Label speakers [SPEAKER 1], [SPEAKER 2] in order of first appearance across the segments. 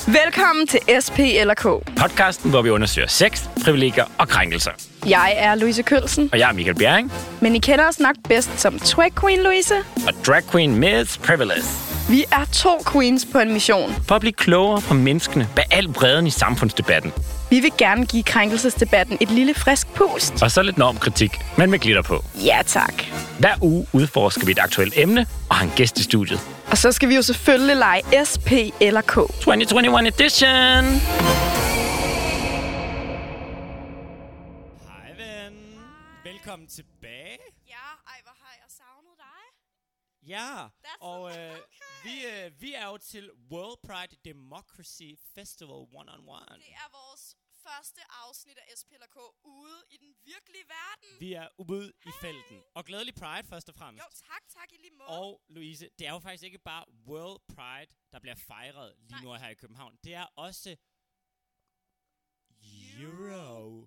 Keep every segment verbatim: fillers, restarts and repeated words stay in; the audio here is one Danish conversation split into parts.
[SPEAKER 1] Velkommen til S P eller K.
[SPEAKER 2] Podcasten, hvor vi undersøger sex, privilegier og krænkelser.
[SPEAKER 1] Jeg er Louise Kølsen.
[SPEAKER 2] Og jeg er Michael Bjerring.
[SPEAKER 1] Men I kender os nok bedst som Drag Queen Louise.
[SPEAKER 2] Og Drag Queen Miss Privilege.
[SPEAKER 1] Vi er to queens på en mission.
[SPEAKER 2] For at blive klogere på menneskene bag al bredden i samfundsdebatten.
[SPEAKER 1] Vi vil gerne give krænkelsesdebatten et lille frisk pust.
[SPEAKER 2] Og så lidt normkritik, men med glitter på.
[SPEAKER 1] Ja, tak.
[SPEAKER 2] Hver uge udforsker vi et aktuelt emne og har en gæst i studiet.
[SPEAKER 1] Og så skal vi jo selvfølgelig lege S P eller K.
[SPEAKER 2] tyve enogtyve edition!
[SPEAKER 3] Hej ven. Velkommen tilbage.
[SPEAKER 4] Ja, ej, hvor har jeg savnet dig.
[SPEAKER 3] Ja,
[SPEAKER 4] That's
[SPEAKER 3] og øh,
[SPEAKER 4] okay.
[SPEAKER 3] vi, øh, vi er jo til World Pride Democracy Festival one on one.
[SPEAKER 4] Det er vores første afsnit af S P eller K ude i den virkelige verden.
[SPEAKER 3] Vi er ude i felten. Og glædelig Pride først og fremmest.
[SPEAKER 4] Jo, tak, tak i lige måde.
[SPEAKER 3] Og Louise, det er jo faktisk ikke bare World Pride, der bliver fejret lige nu her i København. Det er også Euro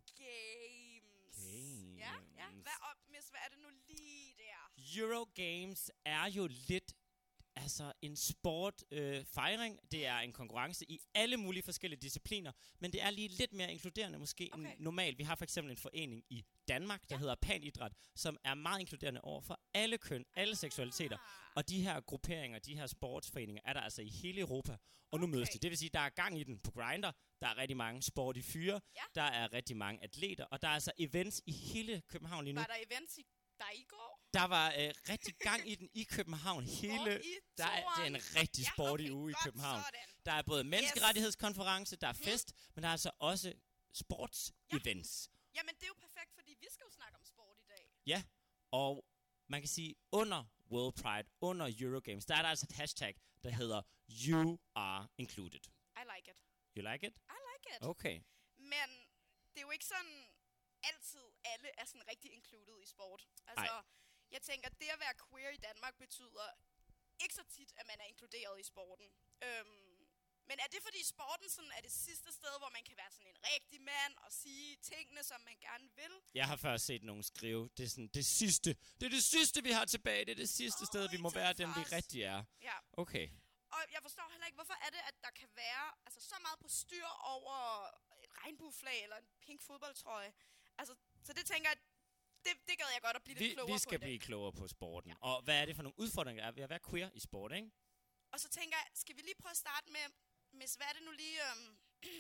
[SPEAKER 4] Games.
[SPEAKER 3] Games.
[SPEAKER 4] Ja, ja. Hvad, op, miss, hvad er det nu lige der?
[SPEAKER 3] Euro Games er jo lidt altså en sport øh, fejring. Det er en konkurrence i alle mulige forskellige discipliner, men det er lige lidt mere inkluderende måske okay. end normalt. Vi har for eksempel en forening i Danmark, der ja. hedder Panidræt, som er meget inkluderende over for alle køn, alle seksualiteter. Og de her grupperinger, de her sportsforeninger, er der altså i hele Europa. Og nu okay. mødes de. Det vil sige, der er gang i den på Grindr. Der er rigtig mange sport i fyre. Ja. Der er rigtig mange atleter. Og der er altså events i hele København lige nu.
[SPEAKER 4] Var der events i der i går?
[SPEAKER 3] Der var øh, rigtig gang i den i København. Hele,
[SPEAKER 4] i
[SPEAKER 3] der er, det er en rigtig sporty ja, okay, uge i København. Sådan. Der er både menneskerettighedskonference, der er fest, mm. men der er altså også sportsevents.
[SPEAKER 4] Ja. Jamen, det er jo perfekt, fordi vi skal jo snakke om sport i dag.
[SPEAKER 3] Ja, og man kan sige, under World Pride, under Eurogames, der er der altså et hashtag, der ja. hedder You Are Included.
[SPEAKER 4] I like it.
[SPEAKER 3] You like it?
[SPEAKER 4] I like it.
[SPEAKER 3] Okay.
[SPEAKER 4] Men det er jo ikke sådan altid alle er sådan rigtig included i sport. Altså, Ej. jeg tænker, det at være queer i Danmark betyder ikke så tit, at man er inkluderet i sporten. Øhm, men er det fordi sporten sådan er det sidste sted, hvor man kan være sådan en rigtig mand og sige tingene, som man gerne vil?
[SPEAKER 3] Jeg har først set nogen skrive, det er sådan det sidste, det er det sidste, vi har tilbage, det er det sidste oh, sted, vi må være dem, vi rigtig er.
[SPEAKER 4] Ja.
[SPEAKER 3] Okay.
[SPEAKER 4] Og jeg forstår heller ikke, hvorfor er det, at der kan være altså, så meget på styr over et regnbueflag eller en pink fodboldtrøje. Altså, så det tænker jeg, det, det gad jeg godt at blive
[SPEAKER 3] vi,
[SPEAKER 4] lidt klogere på.
[SPEAKER 3] Vi skal
[SPEAKER 4] på
[SPEAKER 3] blive klogere på sporten. Ja. Og hvad er det for nogle udfordringer, der er ved at være queer i sport, ikke?
[SPEAKER 4] Og så tænker jeg, skal vi lige prøve at starte med, Miss, hvad er det nu lige, øhm,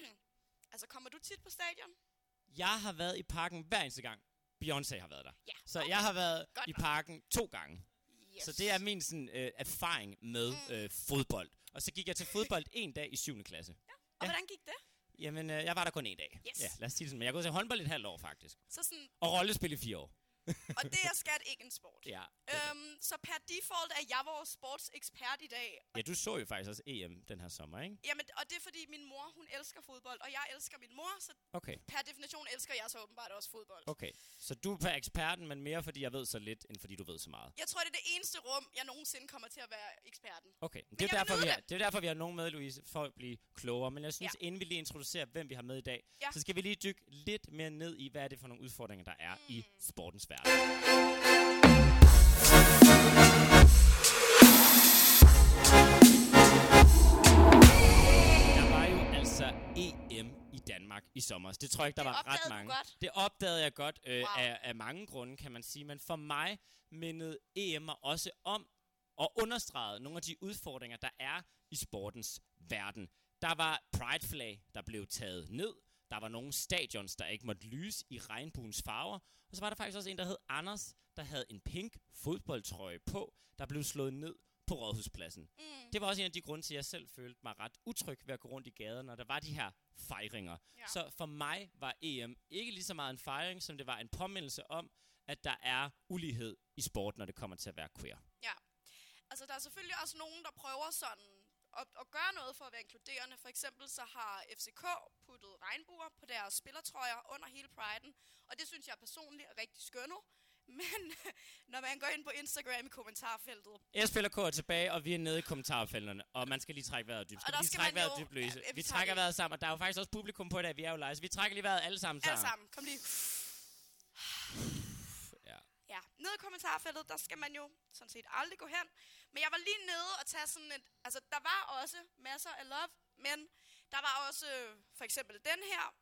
[SPEAKER 4] altså kommer du tit på stadion?
[SPEAKER 3] Jeg har været i parken hver eneste gang. Beyoncé har været der.
[SPEAKER 4] Ja,
[SPEAKER 3] så
[SPEAKER 4] okay.
[SPEAKER 3] jeg har været
[SPEAKER 4] godt
[SPEAKER 3] i
[SPEAKER 4] nok.
[SPEAKER 3] parken to gange.
[SPEAKER 4] Yes.
[SPEAKER 3] Så det er min sådan, øh, erfaring med
[SPEAKER 4] mm.
[SPEAKER 3] øh, fodbold. Og så gik jeg til fodbold en dag i syvende klasse.
[SPEAKER 4] Ja, og ja. hvordan gik det?
[SPEAKER 3] Jamen, øh, jeg var der kun en dag.
[SPEAKER 4] Yes.
[SPEAKER 3] Ja, lad os sige det sådan. Men jeg har gået til håndbold i et halvt år, faktisk.
[SPEAKER 4] Så sådan,
[SPEAKER 3] og rollespil i fire år.
[SPEAKER 4] og det er skat ikke en sport.
[SPEAKER 3] Ja.
[SPEAKER 4] Øhm, så per default er jeg vores sportsekspert i dag.
[SPEAKER 3] Ja, du så jo faktisk også E M den her sommer, ikke?
[SPEAKER 4] Jamen, og det er fordi min mor, hun elsker fodbold, og jeg elsker min mor, så
[SPEAKER 3] okay.
[SPEAKER 4] per definition elsker jeg så åbenbart også fodbold.
[SPEAKER 3] Okay, så du er eksperten, men mere fordi jeg ved så lidt, end fordi du ved så meget.
[SPEAKER 4] Jeg tror, det er det eneste rum, jeg nogensinde kommer til at være eksperten.
[SPEAKER 3] Okay, det er, derfor, vi har, det er derfor, vi har nogen med, Louise, for at blive klogere. Men jeg synes, ja. inden vi lige introducerer, hvem vi har med i dag, ja. så skal vi lige dykke lidt mere ned i, hvad er det for nogle udfordringer, der er mm. i sportens verden. Der var jo altså E M i Danmark i sommer. Det tror jeg ikke, der
[SPEAKER 4] det
[SPEAKER 3] var ret mange.
[SPEAKER 4] Godt.
[SPEAKER 3] Det opdagede jeg godt øh,
[SPEAKER 4] wow.
[SPEAKER 3] af, af mange grunde, kan man sige. Men for mig mindede E M mig også om og understregede nogle af de udfordringer, der er i sportens verden. Der var Pride-flag, der blev taget ned. Der var nogle stadions, der ikke måtte lyse i regnbuens farver. Og så var der faktisk også en, der hed Anders, der havde en pink fodboldtrøje på, der blev slået ned på Rådhuspladsen. Mm. Det var også en af de grunde til, at jeg selv følte mig ret utryg ved at gå rundt i gaden, når der var de her fejringer. Ja. Så for mig var E M ikke lige så meget en fejring, som det var en påmindelse om, at der er ulighed i sport, når det kommer til at være queer.
[SPEAKER 4] Ja, altså der er selvfølgelig også nogen, der prøver sådan at, at gøre noget for at være inkluderende. For eksempel så har F C K puttet regnbuer på deres spillertrøjer under hele Pride'en, og det synes jeg personligt er rigtig skønne. Men når man går ind på Instagram i kommentarfeltet...
[SPEAKER 3] Jeg spiller K tilbage, og vi er nede i kommentarfelterne, og man skal lige trække vejret dybt. Skal vi lige trække vejret dybt, Louise? Ja, vi, vi trækker vejret sammen, og der er jo faktisk også publikum på i dag. Vi er jo live, så vi trækker lige vejret alle sammen sammen.
[SPEAKER 4] Alle sammen, kom lige.
[SPEAKER 3] Ja.
[SPEAKER 4] Ja, nede i kommentarfeltet, der skal man jo sådan set aldrig gå hen. Men jeg var lige nede og tage sådan et... Altså, der var også masser af love, men Der var også øh, for eksempel den her.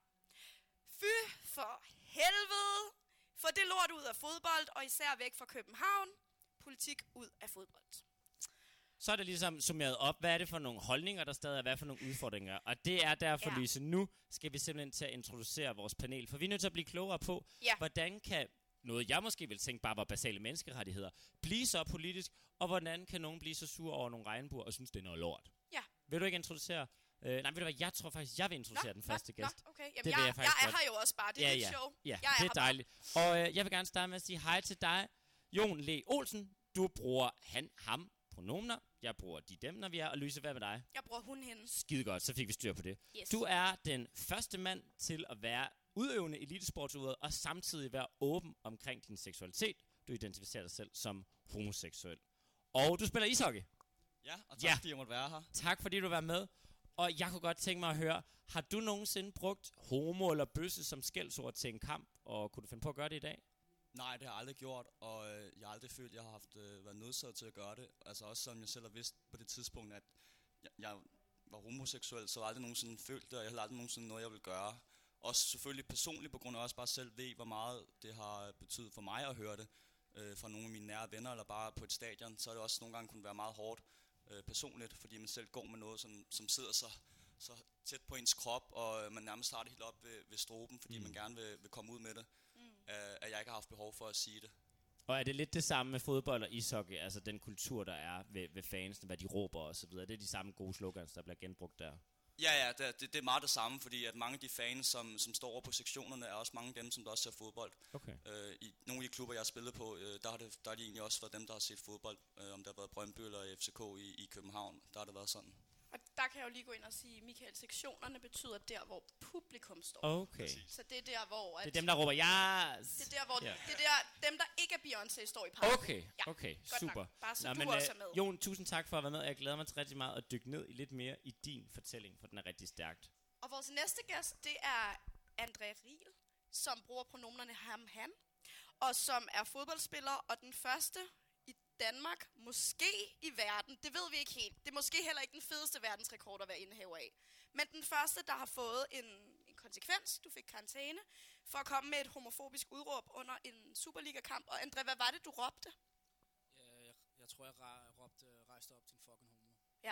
[SPEAKER 4] Fy for helvede. Få det lort ud af fodbold, og især væk fra København. Politik ud af fodbold.
[SPEAKER 3] Så er det ligesom summeret op, hvad er det for nogle holdninger, der stadig er, hvad for nogle udfordringer. Og det er derfor, ja. Louise, nu skal vi simpelthen til at introducere vores panel. For vi er nødt til at blive klogere på, ja. hvordan kan noget, jeg måske vil tænke bare var basale menneskerettigheder, blive så politisk, og hvordan kan nogen blive så sur over nogle regnbuer og synes, det er noget lort.
[SPEAKER 4] Ja.
[SPEAKER 3] Vil du ikke introducere? Øh, nej, ved du hvad, jeg tror faktisk, jeg vil introducere nå, den første
[SPEAKER 4] nå,
[SPEAKER 3] gæst.
[SPEAKER 4] Nå, okay. Jamen,
[SPEAKER 3] det
[SPEAKER 4] jeg,
[SPEAKER 3] jeg,
[SPEAKER 4] jeg, jeg er her jo også bare, det er
[SPEAKER 3] ja,
[SPEAKER 4] et
[SPEAKER 3] ja.
[SPEAKER 4] show.
[SPEAKER 3] Ja,
[SPEAKER 4] jeg
[SPEAKER 3] det
[SPEAKER 4] er
[SPEAKER 3] er dejligt. Og øh, jeg vil gerne starte med at sige hej til dig, Jon Le Olsen. Du bruger han, ham, pronomener. Jeg bruger de, dem, når vi er. Og Louise, hvad med dig?
[SPEAKER 4] Jeg bruger hun, hende.
[SPEAKER 3] Skide godt, så fik vi styr på det.
[SPEAKER 4] Yes.
[SPEAKER 3] Du er den første mand til at være udøvende elitesportsudøver, og samtidig være åben omkring din seksualitet. Du identificerer dig selv som homoseksuel. Og du spiller ishockey.
[SPEAKER 5] Ja, og tak
[SPEAKER 3] ja.
[SPEAKER 5] fordi jeg måtte være her.
[SPEAKER 3] Tak fordi du var med. Og jeg kunne godt tænke mig at høre, har du nogensinde brugt homo eller bøsse som skældsord til en kamp, og kunne du finde på at gøre det i dag?
[SPEAKER 5] Nej, det har jeg aldrig gjort, og øh, jeg har aldrig følt, at jeg har haft, øh, været nødsaget til at gøre det. Altså også som jeg selv har vidst på det tidspunkt, at jeg, jeg var homoseksuel, så har jeg aldrig nogensinde følt det, og jeg har aldrig nogensinde noget, jeg vil gøre. Også selvfølgelig personligt, på grund af også bare selv ved, hvor meget det har betydet for mig at høre det øh, fra nogle af mine nære venner, eller bare på et stadion, så er det også nogle gange kunne være meget hårdt øh, personligt, fordi man selv går med noget, som, som sidder så, så tæt på ens krop, og man nærmest har det helt op ved, ved stroben, fordi mm. man gerne vil, vil komme ud med det. At jeg ikke har haft behov for at sige det.
[SPEAKER 3] Og er det lidt det samme med fodbold og ishockey, altså den kultur, der er ved, ved fansene, hvad de råber og så videre? Det er de samme gode slogans, der bliver genbrugt der?
[SPEAKER 5] Ja, ja, det, det, det er meget det samme, fordi at mange af de fans, som, som står over på sektionerne, er også mange af dem, som der også ser fodbold.
[SPEAKER 3] Okay.
[SPEAKER 5] Øh, I nogle af de klubber, jeg har spillet på, øh, der, har det, der har de egentlig også været dem, der har set fodbold. Øh, om der har været Brøndby eller F C K i, i København, der har det været sådan.
[SPEAKER 4] Og der kan jeg jo lige gå ind og sige, Michael, sektionerne betyder der, hvor publikum står.
[SPEAKER 3] Okay.
[SPEAKER 4] Så det er der, hvor... At
[SPEAKER 3] det er dem, der råber, yes!
[SPEAKER 4] Det er der, hvor...
[SPEAKER 3] Yeah.
[SPEAKER 4] Det er der, dem, der ikke er Beyoncé, står i parken.
[SPEAKER 3] Okay, ja, okay, super.
[SPEAKER 4] Nok. Bare så
[SPEAKER 3] Nå,
[SPEAKER 4] du
[SPEAKER 3] men,
[SPEAKER 4] også er med.
[SPEAKER 3] Jon, tusind tak for at være med. Jeg glæder mig til rigtig meget at dykke ned i lidt mere i din fortælling, for den er rigtig stærkt.
[SPEAKER 4] Og vores næste gæst, det er André Riel, som bruger pronomenerne ham, han, og som er fodboldspiller, og den første i Danmark, måske i verden, det ved vi ikke helt. Det er måske heller ikke den fedeste verdensrekord at være indehaver af. Men den første, der har fået en, en konsekvens, du fik karantæne, for at komme med et homofobisk udråb under en Superliga-kamp. Og André, hvad var det, du råbte?
[SPEAKER 6] Ja, jeg, jeg tror, jeg råbte, rejste op til en fucking homo.
[SPEAKER 4] Ja.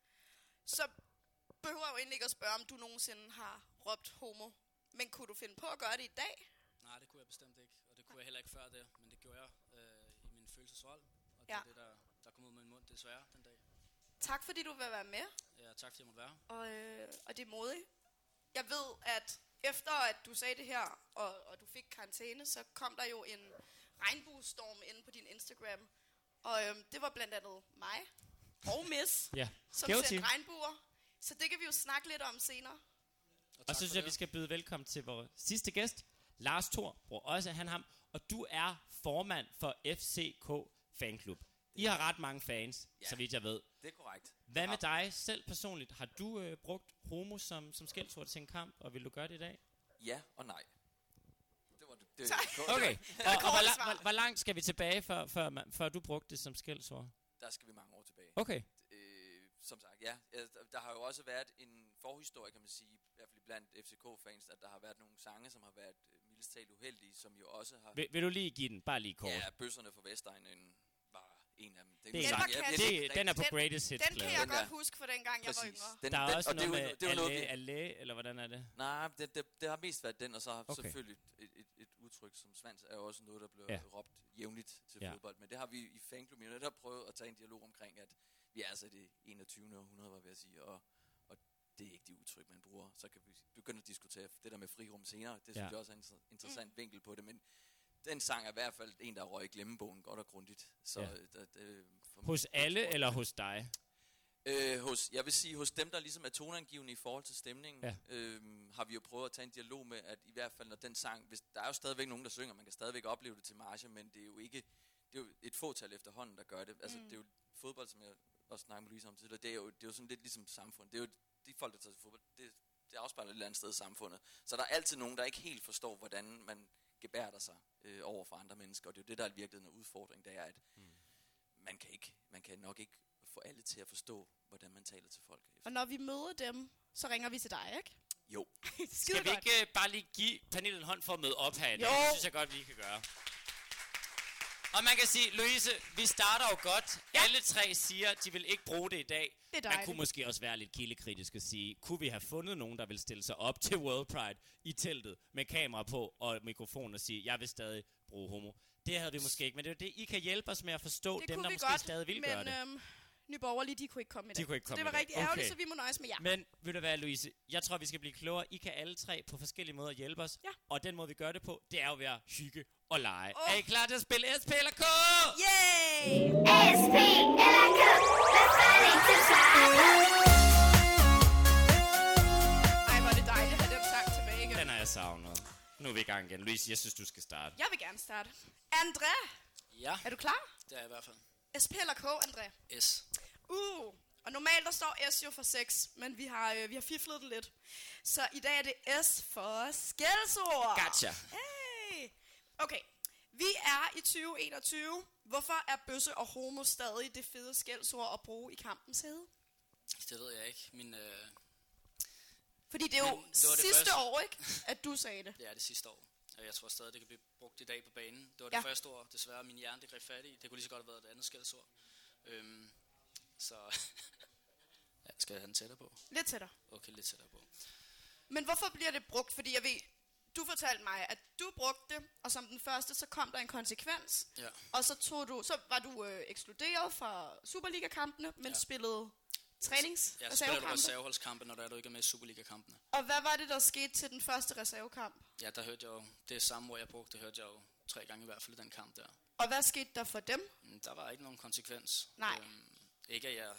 [SPEAKER 4] Så behøver jeg jo egentlig ikke at spørge, om du nogensinde har råbt homo. Men kunne du finde på at gøre det i dag?
[SPEAKER 6] Nej, det kunne jeg bestemt ikke. Og det kunne jeg heller ikke før det. Men det gjorde jeg øh, i min følelsesrold. Og det
[SPEAKER 4] ja.
[SPEAKER 6] er det, der, der kom ud med min mund desværre den dag.
[SPEAKER 4] Tak fordi du vil være med.
[SPEAKER 6] Ja, tak fordi jeg måtte være.
[SPEAKER 4] Og, øh, og det er modigt. Jeg ved, at efter at du sagde det her, og, og du fik karantæne, så kom der jo en regnbuestorm inde på din Instagram. Og øh, det var blandt andet mig og Miss,
[SPEAKER 3] ja.
[SPEAKER 4] som sendte regnbuer. Så det kan vi jo snakke lidt om senere.
[SPEAKER 3] Og, og så synes jeg, vi skal byde velkommen til vores sidste gæst, Lars Thor, bror også han ham. Og du er formand for F C K Fanklub. I har ret mange fans, ja, så vidt jeg ved.
[SPEAKER 7] Det er korrekt.
[SPEAKER 3] Hvad med dig selv personligt? Har du øh, brugt homo som, som skældsord til en kamp, og vil du gøre det i dag?
[SPEAKER 7] Ja og nej. Det var det. det
[SPEAKER 3] okay, og, og hvor, la- hvor, hvor langt skal vi tilbage, før, før, man, før du brugte det som skældsord?
[SPEAKER 7] Der skal vi mange år tilbage.
[SPEAKER 3] Okay.
[SPEAKER 7] Øh, som sagt, ja. Der har jo også været en forhistorie, kan man sige, i hvert fald blandt F C K-fans, at der har været nogle sange, som har været mildest talt uheldige, som jo også har...
[SPEAKER 3] Vil, vil du lige give den? Bare lige kort.
[SPEAKER 7] Ja, Bøsserne for Vestegnen var en af dem.
[SPEAKER 3] Den, det er sang, jeg, jeg, det, den er på greatest hits.
[SPEAKER 4] Den kan jeg den godt huske for dengang, jeg var yngre.
[SPEAKER 3] Den, der er den, også noget med det Allé, Allé, eller hvordan er det?
[SPEAKER 7] Nej, det, det, det har mest været den, og så
[SPEAKER 3] okay.
[SPEAKER 7] selvfølgelig et, et, et udtryk som svans er også noget, der bliver ja. råbt jævnligt til ja. fodbold. Men det har vi i fanklubben netop prøvet at tage en dialog omkring, at vi er altså i det enogtyvende århundrede, var ved at sige, og, og det er ikke de udtryk, man bruger. Så kan vi begynde at diskutere det der med frirum senere. Det synes ja. jeg også er en interessant mm. vinkel på det, men den sang er i hvert fald en, der røg i glemmebogen godt og grundigt. Så,
[SPEAKER 3] ja.
[SPEAKER 7] der, der,
[SPEAKER 3] hos alle sport, eller hos dig?
[SPEAKER 7] Øh, hos, jeg vil sige, hos dem, der ligesom er toneangivende i forhold til stemningen,
[SPEAKER 3] ja.
[SPEAKER 7] øh, har vi jo prøvet at tage en dialog med, at i hvert fald når den sang, hvis, der er jo stadigvæk nogen, der synger, man kan stadigvæk opleve det til marche, men det er jo ikke, det er jo et fåtal efterhånden, der gør det. Altså, mm. det er jo fodbold, som jeg også snakkede med Louise om tidligere, det er jo, det er jo sådan lidt ligesom samfund. Det er jo de folk, der tager til fodbold, det, det afspejler et eller andet sted i samfundet. Så der er altid nogen, der ikke helt forstår, hvordan man gebærder sig øh, over for andre mennesker, og det er jo det, der er virkelig en udfordring, det er, at mm. man kan ikke, man kan nok ikke få alle til at forstå, hvordan man taler til folk.
[SPEAKER 4] Og når vi møder dem, så ringer vi til dig, ikke?
[SPEAKER 7] Jo.
[SPEAKER 3] Skal vi ikke uh, bare lige give Pernille en hånd for at møde op her i dag?
[SPEAKER 4] Jo.
[SPEAKER 3] Det synes jeg godt, vi kan gøre. Og man kan sige, Louise, vi starter jo godt. Ja. Alle tre siger, at de vil ikke bruge det i dag.
[SPEAKER 4] Det er
[SPEAKER 3] man kunne måske også være lidt kildekritisk og sige, kunne vi have fundet nogen, der vil stille sig op til World Pride i teltet med kamera på og mikrofon og sige, jeg vil stadig bruge homo. Det havde vi måske ikke, men det er det, I kan hjælpe os med at forstå
[SPEAKER 4] det
[SPEAKER 3] dem, der måske
[SPEAKER 4] godt,
[SPEAKER 3] stadig vil
[SPEAKER 4] men,
[SPEAKER 3] gøre det.
[SPEAKER 4] Øhm, Nye Borgerlige, de kunne ikke komme med det.
[SPEAKER 3] De kunne ikke komme
[SPEAKER 4] så det var
[SPEAKER 3] med
[SPEAKER 4] rigtig
[SPEAKER 3] det.
[SPEAKER 4] ærgerligt,
[SPEAKER 3] Okay.
[SPEAKER 4] så vi må nøjes med jer.
[SPEAKER 3] Men vil du være, Louise, jeg tror, vi skal blive klogere. I kan alle tre på forskellige måder hjælpe os.
[SPEAKER 4] Ja.
[SPEAKER 3] Og den måde, vi gør det på, det er jo ved at hygge og lege.
[SPEAKER 4] Oh.
[SPEAKER 3] Er I klar til at spille S, P eller K?
[SPEAKER 4] Yay!
[SPEAKER 8] S, P eller K, hvad fanden til
[SPEAKER 4] Ej, hvor er det dejligt at have den sang tilbage igen.
[SPEAKER 3] Den har jeg savnet. Nu er vi i gang igen. Louise, jeg synes, du skal starte.
[SPEAKER 4] Jeg vil gerne starte. André,
[SPEAKER 6] Ja,
[SPEAKER 4] er du klar?
[SPEAKER 6] det er jeg i hvert fald.
[SPEAKER 4] S, P eller K, André?
[SPEAKER 6] S.
[SPEAKER 4] Uh, og normalt der står S jo for sex, men vi har, øh, vi har fiflet det lidt. Så i dag er det S for skældsord.
[SPEAKER 3] Gotcha.
[SPEAKER 4] Hey. Okay, vi er i tyve enogtyve. Hvorfor er bøsse og homo stadig det fede skældsord at bruge i kampens hede?
[SPEAKER 6] Det ved jeg ikke. Min, øh,
[SPEAKER 4] Fordi det er jo
[SPEAKER 6] Men det var det
[SPEAKER 4] sidste
[SPEAKER 6] første.
[SPEAKER 4] år, ikke, at du sagde det.
[SPEAKER 6] det er det sidste år. Og jeg tror stadig, det kan blive brugt i dag på banen. Det var
[SPEAKER 4] Ja.
[SPEAKER 6] det første år. Desværre min hjerne, det greb fat i. Det kunne lige så godt have været et andet skældsord. Øhm, så ja, skal jeg have den tættere på?
[SPEAKER 4] Lidt tættere.
[SPEAKER 6] Okay, lidt tættere på.
[SPEAKER 4] Men hvorfor bliver det brugt? Fordi jeg ved, du fortalte mig, at du brugte det, og som den første, så kom der en konsekvens.
[SPEAKER 6] Ja.
[SPEAKER 4] Og så tog du, så var du øh, ekskluderet fra Superliga-kampene, men
[SPEAKER 6] Ja.
[SPEAKER 4] spillede trænings
[SPEAKER 6] Ja, så spiller du
[SPEAKER 4] reservekampe.
[SPEAKER 6] reserveholdskampe, når der er, du ikke er med i Superliga-kampene.
[SPEAKER 4] Og hvad var det, der skete til den første reservekamp?
[SPEAKER 6] Ja, der hørte jeg jo, det samme ord jeg brugte, det hørte jeg jo tre gange i hvert fald i den kamp der.
[SPEAKER 4] Og hvad skete der for dem?
[SPEAKER 6] Mm, Der var ikke nogen konsekvens.
[SPEAKER 4] Nej.
[SPEAKER 6] Øhm, ikke at jeg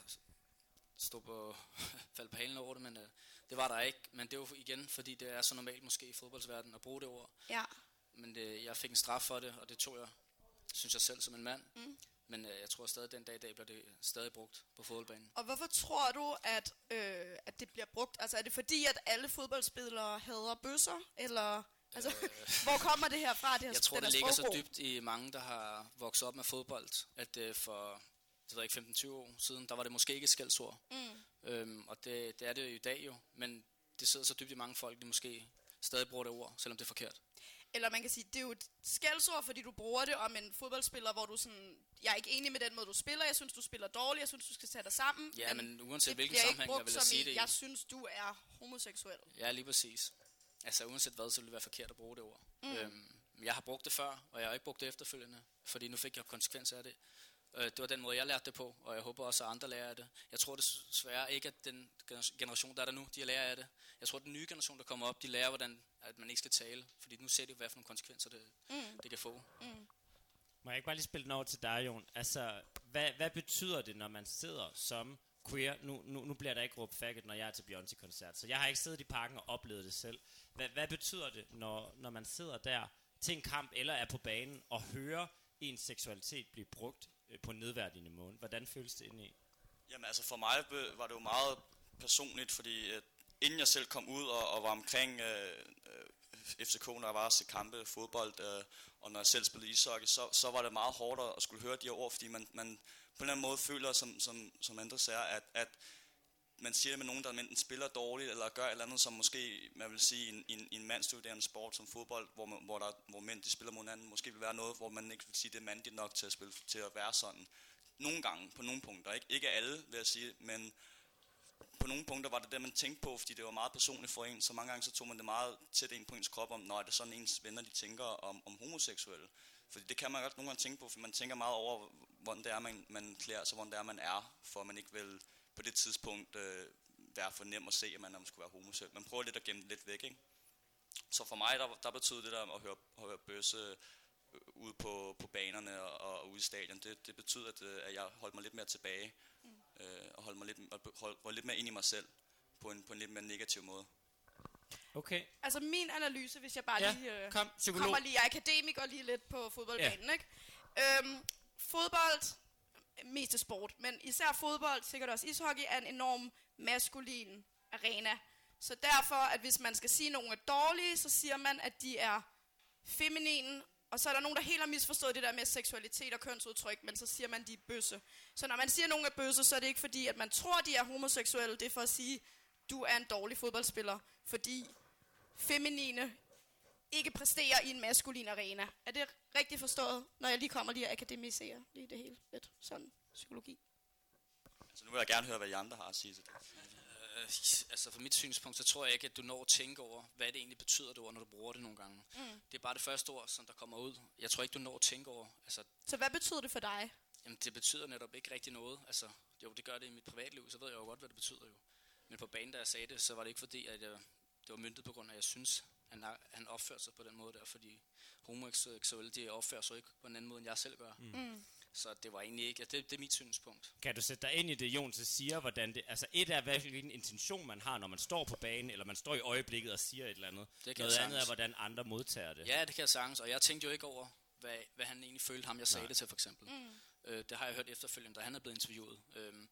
[SPEAKER 6] stod på faldt på halen over det, men øh, det var der ikke. Men det var igen, fordi det er så normalt måske i fodboldsverdenen at bruge det ord.
[SPEAKER 4] Ja.
[SPEAKER 6] Men det, jeg fik en straf for det, og det tog jeg, synes jeg selv, som en mand.
[SPEAKER 4] Mm.
[SPEAKER 6] Men øh, jeg tror stadig, den dag i dag bliver det stadig brugt på fodboldbanen.
[SPEAKER 4] Og hvorfor tror du, at, øh, at det bliver brugt? Altså er det fordi, at alle fodboldspillere hader bøsser? Eller altså,
[SPEAKER 6] Øh.
[SPEAKER 4] hvor kommer det her fra? Det her,
[SPEAKER 6] Jeg tror,
[SPEAKER 4] den
[SPEAKER 6] det
[SPEAKER 4] her
[SPEAKER 6] ligger så
[SPEAKER 4] sprogbrug?
[SPEAKER 6] dybt i mange, der har vokset op med fodbold, at øh, for det ved jeg ikke, femten tyve år siden, der var det måske ikke et skældsord.
[SPEAKER 4] Mm.
[SPEAKER 6] Øhm, og det, det er det jo i dag jo, men det sidder så dybt i mange folk, de måske stadig bruger det ord, selvom det er forkert.
[SPEAKER 4] Eller man kan sige, det er jo et skældsord, fordi du bruger det om en fodboldspiller, hvor du sådan, jeg er ikke enig med den måde, du spiller, jeg synes, du spiller dårligt, jeg synes, du skal tage dig sammen.
[SPEAKER 6] Ja, men uanset
[SPEAKER 4] det
[SPEAKER 6] hvilken
[SPEAKER 4] bliver ikke
[SPEAKER 6] sammenhæng, jeg
[SPEAKER 4] brugt
[SPEAKER 6] vil
[SPEAKER 4] som
[SPEAKER 6] sige
[SPEAKER 4] i,
[SPEAKER 6] det i.
[SPEAKER 4] jeg synes, du er homoseksuel.
[SPEAKER 6] Ja, lige præcis. Altså uanset hvad, så vil det være forkert at bruge det ord.
[SPEAKER 4] Mm.
[SPEAKER 6] Øhm, jeg har brugt det før, og jeg har ikke brugt det efterfølgende, fordi nu fik jeg konsekvenser af det. Øh, det var den måde, jeg lærte det på, og jeg håber også, at andre lærer af det. Jeg tror desværre ikke, at den generation, der er der nu, de lærer af det. Jeg tror, at den nye generation, der kommer op, de lærer, hvordan at man ikke skal tale, fordi nu ser de, hvad for nogle konsekvenser det,
[SPEAKER 4] Mm.
[SPEAKER 6] det kan få.
[SPEAKER 4] Mm.
[SPEAKER 3] Må jeg ikke bare lige spille den over til dig, Jon? Altså, hvad, hvad betyder det, når man sidder som queer? Nu, nu, nu bliver der ikke råbt faggot, når jeg er til Beyoncé-koncert, så jeg har ikke siddet i parken og oplevet det selv. Hvad, hvad betyder det, når, når man sidder der til en kamp eller er på banen og hører ens seksualitet blive brugt øh, på en nedværdigende måde? Hvordan føles det indeni?
[SPEAKER 5] Jamen altså for mig be- var det jo meget personligt, fordi øh, inden jeg selv kom ud og, og var omkring øh, øh, F C K, når jeg var til kampe, fodbold, øh, og når jeg selv spillede ishockey, så, så var det meget hårdt at skulle høre de her ord, fordi man, man på en eller anden måde føler, som, som, som andre siger, at, at man siger det med nogen, der enten spiller dårligt, eller gør et eller andet, som måske, man vil sige, i en, en, en mandsstuderende sport som fodbold, hvor, man, hvor, der, hvor mænd de spiller mod hinanden, måske vil være noget, hvor man ikke vil sige, det er mandigt nok til at, spille, til at være sådan. Nogle gange, på nogle punkter, ikke, ikke alle, vil jeg sige, men på nogle punkter var det det, man tænkte på, fordi det var meget personligt for en, så mange gange så tog man det meget tæt ind på ens krop, om når det er sådan ens venner, de tænker om, om homoseksuelle. Fordi det kan man godt nogle gange tænke på, for man tænker meget over, hvordan det er, man, man klæder sig, hvordan det er, man er, for man ikke vil på det tidspunkt øh, være for nem at se, at man, man skulle være homoseksuel. Man prøver lidt at gemme det lidt væk, ikke? Så for mig, der, der betød det der at høre, at høre bøsse øh, ude på, på banerne og, og ude i stadion, det, det betød, at, øh, at jeg holdt mig lidt mere tilbage, mm. øh, og holdt mig lidt, hold, var lidt mere ind i mig selv, på en, på en lidt mere negativ måde.
[SPEAKER 3] Okay.
[SPEAKER 4] Altså min analyse, hvis jeg bare
[SPEAKER 3] Ja,
[SPEAKER 4] lige øh,
[SPEAKER 3] kom, psykolog.
[SPEAKER 4] kommer lige, jeg er akademiker lige lidt på fodboldbanen, ja. Ikke? Øhm, fodbold, mest af sport, men især fodbold, sikkert også ishockey, er en enorm maskulin arena. Så derfor, at hvis man skal sige, at nogen er dårlige, så siger man, at de er feminine Og så er der nogen, der helt har misforstået det der med seksualitet og kønsudtryk, men så siger man, de er bøsse. Så når man siger, at nogen er bøsse, så er det ikke fordi, at man tror, de er homoseksuelle. Det er for at sige, du er en dårlig fodboldspiller, fordi feminine ikke præsterer i en maskulin arena. Er det rigtigt forstået, når jeg lige kommer lige og akademiserer lige det hele lidt sådan psykologi?
[SPEAKER 5] Altså nu vil jeg gerne høre, hvad I andre har at sige til det.
[SPEAKER 6] Øh, altså fra mit synspunkt, så tror jeg ikke, at du når at tænke over, hvad det egentlig betyder, det ord, når du bruger det nogle gange. Mm. Det er bare det første ord, som der kommer ud. Jeg tror ikke, du når at tænke over. Altså,
[SPEAKER 4] så hvad betyder det for dig?
[SPEAKER 6] Jamen det betyder netop ikke rigtig noget. Altså, jo, det gør det i mit privatliv, så ved jeg jo godt, hvad det betyder jo. Men på banen, da jeg sagde det, så var det ikke fordi, at jeg, det var myntet på grund af, at jeg synes, han, han opførte sig på den måde der, fordi homoseksuelle, de opfører sig ikke på en anden måde, end jeg selv gør. Mm. Så det var egentlig ikke, det, det er mit synspunkt.
[SPEAKER 3] Kan du sætte dig ind i det, Jon, så siger, hvordan det, altså et er hvilken intention man har, når man står på banen, eller man står i øjeblikket og siger et eller andet.
[SPEAKER 6] Det kan
[SPEAKER 3] Noget andet er, hvordan andre modtager det.
[SPEAKER 6] Ja, det kan jeg sagtens, og jeg tænkte jo ikke over, hvad, hvad han egentlig følte, ham jeg sagde Nej. det til, for eksempel. Mm. Øh, det har jeg hørt efterfølgende, da han er blevet interviewet. Øhm,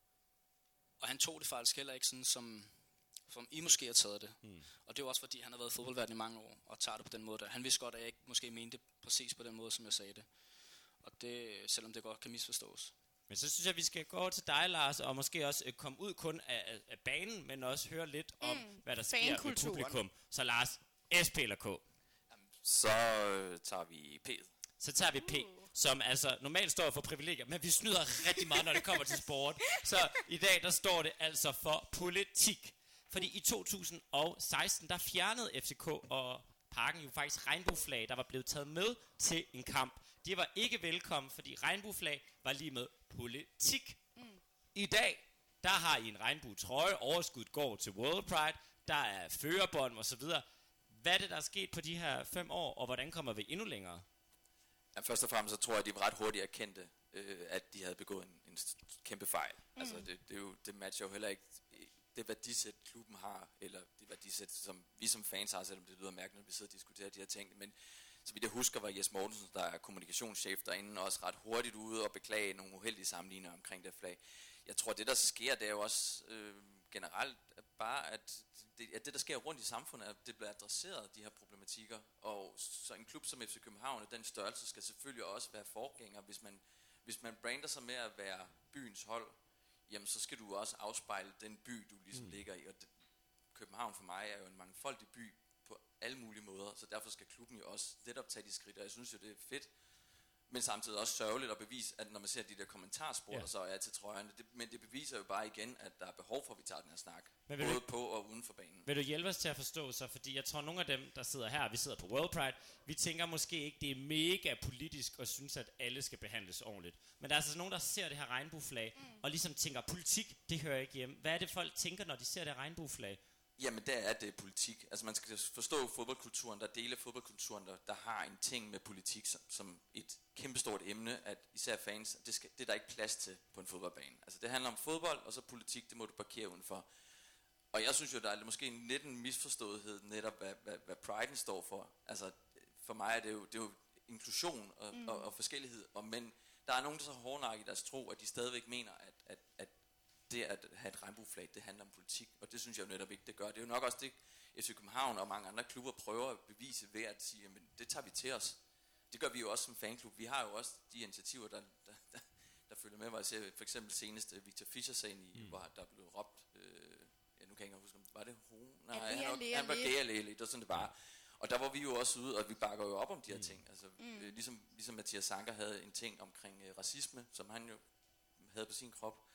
[SPEAKER 6] og han tog det faktisk heller ikke sådan, som, som I måske har taget det. Mm. Og det er også fordi, han har været i fodboldverden i mange år, og tager det på den måde der. Han vidste godt, at jeg ikke måske mente det præcis på den måde, som jeg sagde det. Og det, selvom det godt kan misforstås.
[SPEAKER 3] Men så synes jeg, vi skal gå over til dig, Lars, og måske også øh, komme ud kun af, af banen, men også høre lidt om, mm, hvad der sker med publikum. Så Lars, S P eller K?
[SPEAKER 7] Jamen, så øh, tager vi P'et.
[SPEAKER 3] Så tager vi P, uh. som altså normalt står for privilegier, men vi snyder rigtig meget, når det kommer til sport. Så i dag, der står det altså for politik. Fordi i to tusind og seksten, der fjernede F C K og Parken jo faktisk regnbueflag, der var blevet taget med til en kamp. De var ikke velkommen, fordi regnbueflag var lige med politik. Mm. I dag, der har I en regnbuetrøje, overskud går til World Pride, der er førerbånd og så videre. Hvad er det, der er sket på de her fem år, og hvordan kommer vi endnu længere?
[SPEAKER 7] Ja, først og fremmest så tror jeg, at de ret hurtigt erkendte, øh, at de havde begået en, en kæmpe fejl. Mm. Altså det, det, er jo, det matcher jo heller ikke det værdisæt klubben har, eller det værdisæt, som vi som fans har, selvom det lyder mærkeligt, når vi sidder og diskuterer de her ting. Men så vidt jeg husker, var Jes Mortensen, der er kommunikationschef derinde, også ret hurtigt ude og beklage nogle uheldige sammenligninger omkring det flag. Jeg tror, det der sker, det er jo også øh, generelt bare, at det, at det, der sker rundt i samfundet, at det bliver adresseret, de her problematikker. Og så en klub som F C København, den størrelse, skal selvfølgelig også være forgænger. Hvis man, hvis man brander sig med at være byens hold, jamen så skal du også afspejle den by, du ligesom mm. ligger i. Og det, København for mig er jo en mangfoldig by på alle mulige måder, så derfor skal klubben jo også netop tage de skridt, og jeg synes jo, det er fedt, men samtidig også sørgeligt at bevise, at når man ser de der kommentarspor, yeah. så er til trøjerne, det, men det beviser jo bare igen, at der er behov for, at vi tager den her snak, både du, på og uden for banen.
[SPEAKER 3] Vil du hjælpe os til at forstå så, fordi jeg tror, nogle af dem, der sidder her, vi sidder på World Pride, vi tænker måske ikke, det er mega politisk og synes, at alle skal behandles ordentligt. Men der er altså nogen, der ser det her regnbueflag, mm. og ligesom tænker, politik, det hører ikke hjem. Hvad er det, folk tænker, når de ser det regnbueflag?
[SPEAKER 7] Jamen, der er det politik. Altså, man skal forstå fodboldkulturen, der dele af fodboldkulturen, der, der har en ting med politik som, som et kæmpestort emne, at især fans, det, skal, det er der ikke plads til på en fodboldbane. Altså, det handler om fodbold, og så politik, det må du parkere udenfor. Og jeg synes jo, der er måske en lidt en misforståethed netop, hvad, hvad, hvad Pride'en står for. Altså, for mig er det jo, det er jo inklusion og, mm. og, og forskellighed, og, men der er nogen, der så hårdnakker i deres tro, at de stadigvæk mener, at, at, at det at have et regnbueflag, det handler om politik, og det synes jeg jo netop ikke, det gør. Det er jo nok også det, F C København og mange andre klubber prøver at bevise ved at sige, jamen det tager vi til os. Det gør vi jo også som fanklub. Vi har jo også de initiativer, der, der, der, der følger med, hvor jeg ser for eksempel senest Victor Fischer-sagen i, mm. hvor der blev råbt, øh, ja nu kan jeg ikke huske, var det ho? Nej,
[SPEAKER 4] ja,
[SPEAKER 7] han, var, han var gay-læge, det var sådan det var. Og der var vi jo også ude, og vi bakker jo op om de her mm. ting. Altså, mm. øh, ligesom, ligesom Mathias Sanker havde en ting omkring øh, racisme, som han jo havde på sin krop.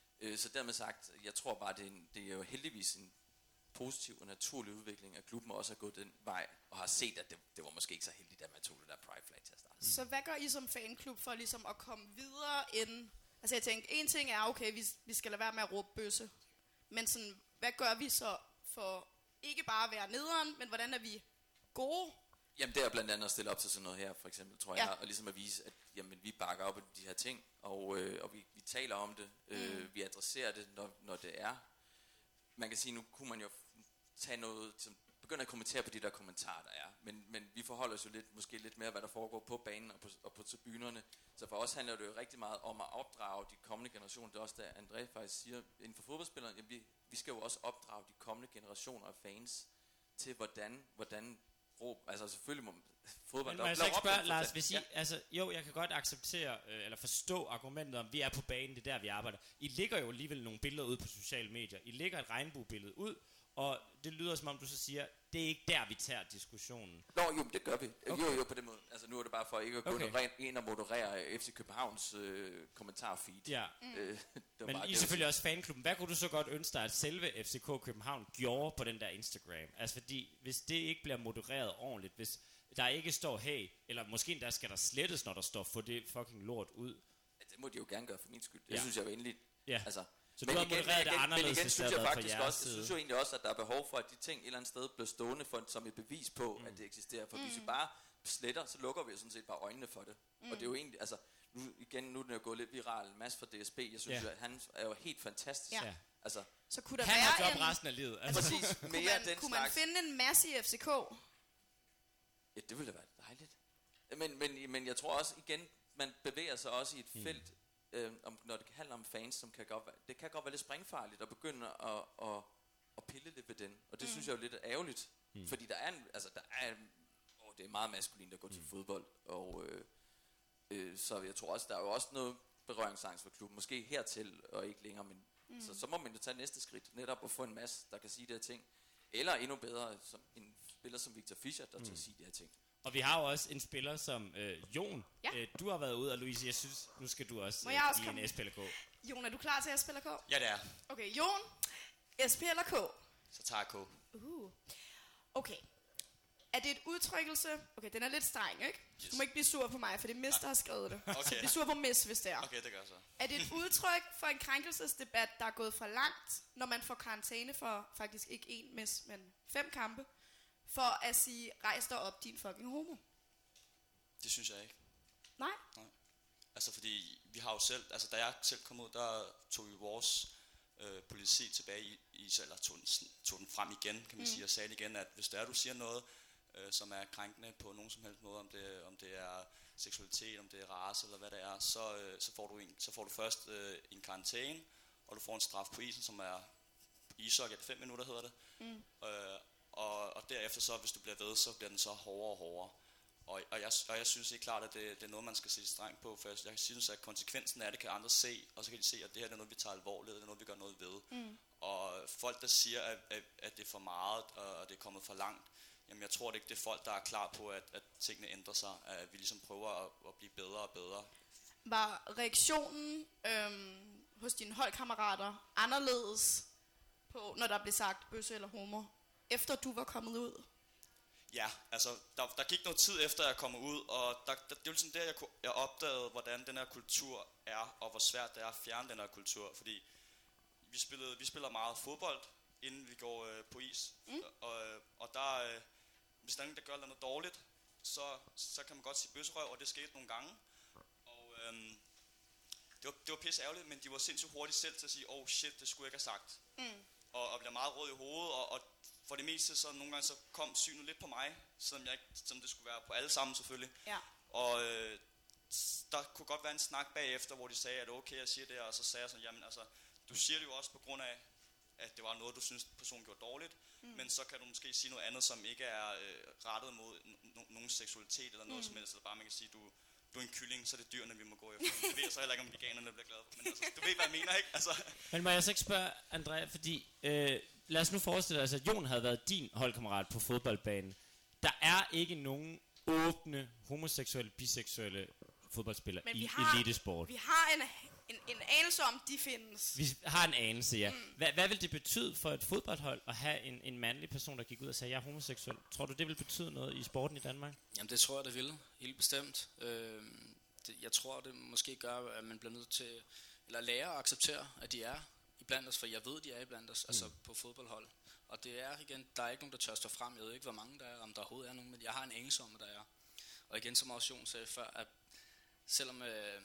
[SPEAKER 7] Så dermed sagt, jeg tror bare, det er, en, det er jo heldigvis en positiv og naturlig udvikling, at klubben også har gået den vej, og har set, at det, det var måske ikke så heldigt, at man tog det der Pride-flag til at starte.
[SPEAKER 4] Så hvad gør I som fanklub for ligesom at komme videre end... Altså jeg tænker, en ting er, okay, vi, vi skal lade være med at råbe bøsse, men sådan, hvad gør vi så for ikke bare at være nederen, men hvordan er vi gode?
[SPEAKER 7] Jamen det er blandt andet at stille op til sådan noget her, for eksempel, tror ja. jeg, og ligesom at vise, at jamen, vi bakker op på de her ting, og, øh, og vi, vi taler om det, øh, mm. vi adresserer det, når, når det er. Man kan sige, nu kunne man jo tage noget, som begynder at kommentere på de der kommentarer, der er, men, men vi forholder os jo lidt, måske lidt mere, hvad der foregår på banen og på, og på tribunerne, så for os handler det jo rigtig meget om at opdrage de kommende generationer. Det er også der André faktisk siger, inden for fodboldspillerne, jamen, vi, vi skal jo også opdrage de kommende generationer af fans til, hvordan, hvordan råb. Altså selvfølgelig må fodbold...
[SPEAKER 3] Men må jeg så ikke spørge, Lars, hvis I... Ja. Altså, jo, jeg kan godt acceptere, øh, eller forstå argumentet om, vi er på banen, det er der, vi arbejder. I lægger jo alligevel nogle billeder ud på sociale medier. I lægger et regnbuebillede ud, og det lyder som om, du så siger, det er ikke der, vi tager diskussionen.
[SPEAKER 7] Nå, jo, det gør vi.
[SPEAKER 3] Okay.
[SPEAKER 7] Jo, jo, på den måde. Altså, nu er det bare for ikke at gå
[SPEAKER 3] okay.
[SPEAKER 7] ind og moderere F C Københavns øh, kommentarfeed.
[SPEAKER 3] Ja.
[SPEAKER 7] Mm. Øh,
[SPEAKER 3] Men I er selvfølgelig også fanklubben. Hvad kunne du så godt ønske dig, at selve F C K København gjorde på den der Instagram? Altså, fordi hvis det ikke bliver modereret ordentligt, hvis der ikke står, hey, eller måske endda skal der slettes, når der står, få det fucking lort ud.
[SPEAKER 7] Ja, det må de jo gerne gøre for min skyld. Det
[SPEAKER 3] ja.
[SPEAKER 7] synes jeg jo endelig.
[SPEAKER 3] Ja.
[SPEAKER 7] Altså,
[SPEAKER 3] så du har modereret det anderledes,
[SPEAKER 7] men igen synes jeg faktisk også,
[SPEAKER 3] jeg
[SPEAKER 7] synes jo egentlig også, at der er behov for, at de ting et eller andet sted bliver stående for, som et bevis på, mm. at det eksisterer. For mm. hvis vi bare sletter, så lukker vi jo sådan set bare øjnene for det. Mm. Og det er jo egentlig, altså, nu, igen, nu er den jo gået lidt viral. Mads fra D S B, jeg synes ja. jo, at han er jo helt fantastisk.
[SPEAKER 4] Ja.
[SPEAKER 7] Altså,
[SPEAKER 4] så kunne der
[SPEAKER 3] han
[SPEAKER 4] være
[SPEAKER 3] har job
[SPEAKER 4] en...
[SPEAKER 3] resten af livet.
[SPEAKER 4] Altså, præcis, kunne, mere man, den kunne slags... man finde en masse i F C K?
[SPEAKER 7] Ja, det ville da være dejligt. Men, men, men jeg tror også, igen, man bevæger sig også i et mm. felt, øh, om, når det handler om fans, som kan godt være, det kan godt være lidt springfarligt at begynde at, at, at pille lidt ved den. Og det mm. synes jeg er jo lidt ærgerligt, mm. fordi der er en, altså der er, åh, det er meget maskulint at gå mm. til fodbold, og øh, øh, så jeg tror også, der er jo også noget berøringsangst for klubben, måske hertil og ikke længere, men mm. så, så må man jo tage næste skridt, netop at få en masse, der kan sige de her ting, eller endnu bedre, som en spiller som Victor Fischer, der mm. til at sige de her ting.
[SPEAKER 3] Og vi har jo også en spiller som øh, Jon.
[SPEAKER 4] Ja.
[SPEAKER 3] Øh, du har været ude, og Louise, jeg synes, nu skal du også,
[SPEAKER 4] øh, også
[SPEAKER 3] give en S P eller K.
[SPEAKER 4] Jon, er du klar til S P eller K?
[SPEAKER 5] Ja, det er.
[SPEAKER 4] Okay, Jon, S P eller K?
[SPEAKER 5] Så tager jeg K.
[SPEAKER 4] Uh. Okay. Er det et udtrykkelse? Okay, den er lidt streng, ikke? Yes. Du må ikke blive sur på mig, for det er Mis, der har skrevet det.
[SPEAKER 5] Okay.
[SPEAKER 4] Så bliv sur på Mis, hvis det er.
[SPEAKER 5] Okay, det gør så.
[SPEAKER 4] Er det et udtryk for en krænkelsesdebat, der er gået for langt, når man får karantæne for faktisk ikke én Mis, men fem kampe, for at sige, rejs dig op, din fucking homo?
[SPEAKER 5] Det synes jeg ikke.
[SPEAKER 4] Nej?
[SPEAKER 5] Nej. Altså fordi vi har jo selv, altså da jeg selv kom ud, der tog vi vores øh, politi tilbage i, i eller tog den, tog den frem igen, kan man mm. sige, og sagde igen, at hvis der er, du siger noget, øh, som er krænkende på nogen som helst måde, om det, om det er seksualitet, om det er race eller hvad det er, så, øh, så, får, du en, så får du først øh, en karantæne, og du får en straf på isen, som er ishockey, fem minutter hedder det, mm. øh, og, og derefter så, hvis du bliver ved, så bliver den så hårdere og hårdere. Og, og, jeg, og jeg synes ikke klart, at det, det er noget, man skal se strengt på, for jeg, jeg synes, at konsekvensen af det kan andre se, og så kan de se, at det her er noget, vi tager alvorligt, det er noget, vi gør noget ved. Mm. Og folk, der siger, at, at, at det er for meget, og det er kommet for langt, jamen jeg tror det ikke, det er folk, der er klar på, at, at tingene ændrer sig, at vi ligesom prøver at, at blive bedre og bedre.
[SPEAKER 4] Var reaktionen øhm, hos dine holdkammerater anderledes på, når der blev sagt bøsse eller homo, efter du var kommet ud?
[SPEAKER 5] Ja, altså der, der gik noget tid efter jeg kom ud, og der, der, det var sådan der, jeg, jeg opdagede, hvordan den her kultur er, og hvor svært det er at fjerne den her kultur, fordi vi, spillede, vi spiller meget fodbold, inden vi går øh, på is, mm. og, og der, øh, hvis der er nogen, der gør noget dårligt, så, så kan man godt sige bøsserøv, og det skete nogle gange, og øh, det, var, det var pisse ærgerligt, men de var sindssygt hurtigt selv til at sige, oh shit, det skulle jeg ikke have sagt, mm. og, og blev meget rød i hovedet, og, og for det meste, så nogle gange så kom synet lidt på mig, selvom, jeg ikke, selvom det skulle være på alle sammen selvfølgelig.
[SPEAKER 4] Ja.
[SPEAKER 5] Og øh, der kunne godt være en snak bagefter, hvor de sagde, at okay, jeg siger det, og så sagde jeg sådan, jamen altså, du siger det jo også på grund af, at det var noget, du synes, personen gjorde dårligt, mm. men så kan du måske sige noget andet, som ikke er øh, rettet mod no- nogen seksualitet eller noget mm. som helst, eller bare man kan sige, du, du er en kylling, så er det dyrene, vi må gå efter. Det ved jeg så heller ikke, om veganerne bliver glade for, men altså, du ved, hvad jeg mener, ikke? Altså.
[SPEAKER 3] Men må jeg så ikke spørge, Andrea, fordi øh, lad os nu forestille os, at Jon havde været din holdkammerat på fodboldbanen. Der er ikke nogen åbne, homoseksuelle, biseksuelle fodboldspillere i har, elitesport.
[SPEAKER 4] Vi har en, en, en anelse om, de findes.
[SPEAKER 3] Vi har en anelse, ja. Mm. Hvad, hvad vil det betyde for et fodboldhold at have en, en mandlig person, der gik ud og sagde, jeg er homoseksuel? Tror du, det vil betyde noget i sporten i Danmark?
[SPEAKER 6] Jamen, det tror jeg, det vil. Helt bestemt. Øh, det, jeg tror, det måske gør, at man bliver nødt til, eller lære at acceptere, at de er iblandt os, for jeg ved, de er iblandt os, mm. altså på fodboldhold. Og det er igen, der er ikke nogen, der tør stå frem. Jeg ved ikke, hvor mange der er, om der overhovedet er nogen, men jeg har en anelse om, at der er. Og igen, som også Jon sagde før, at selvom øh,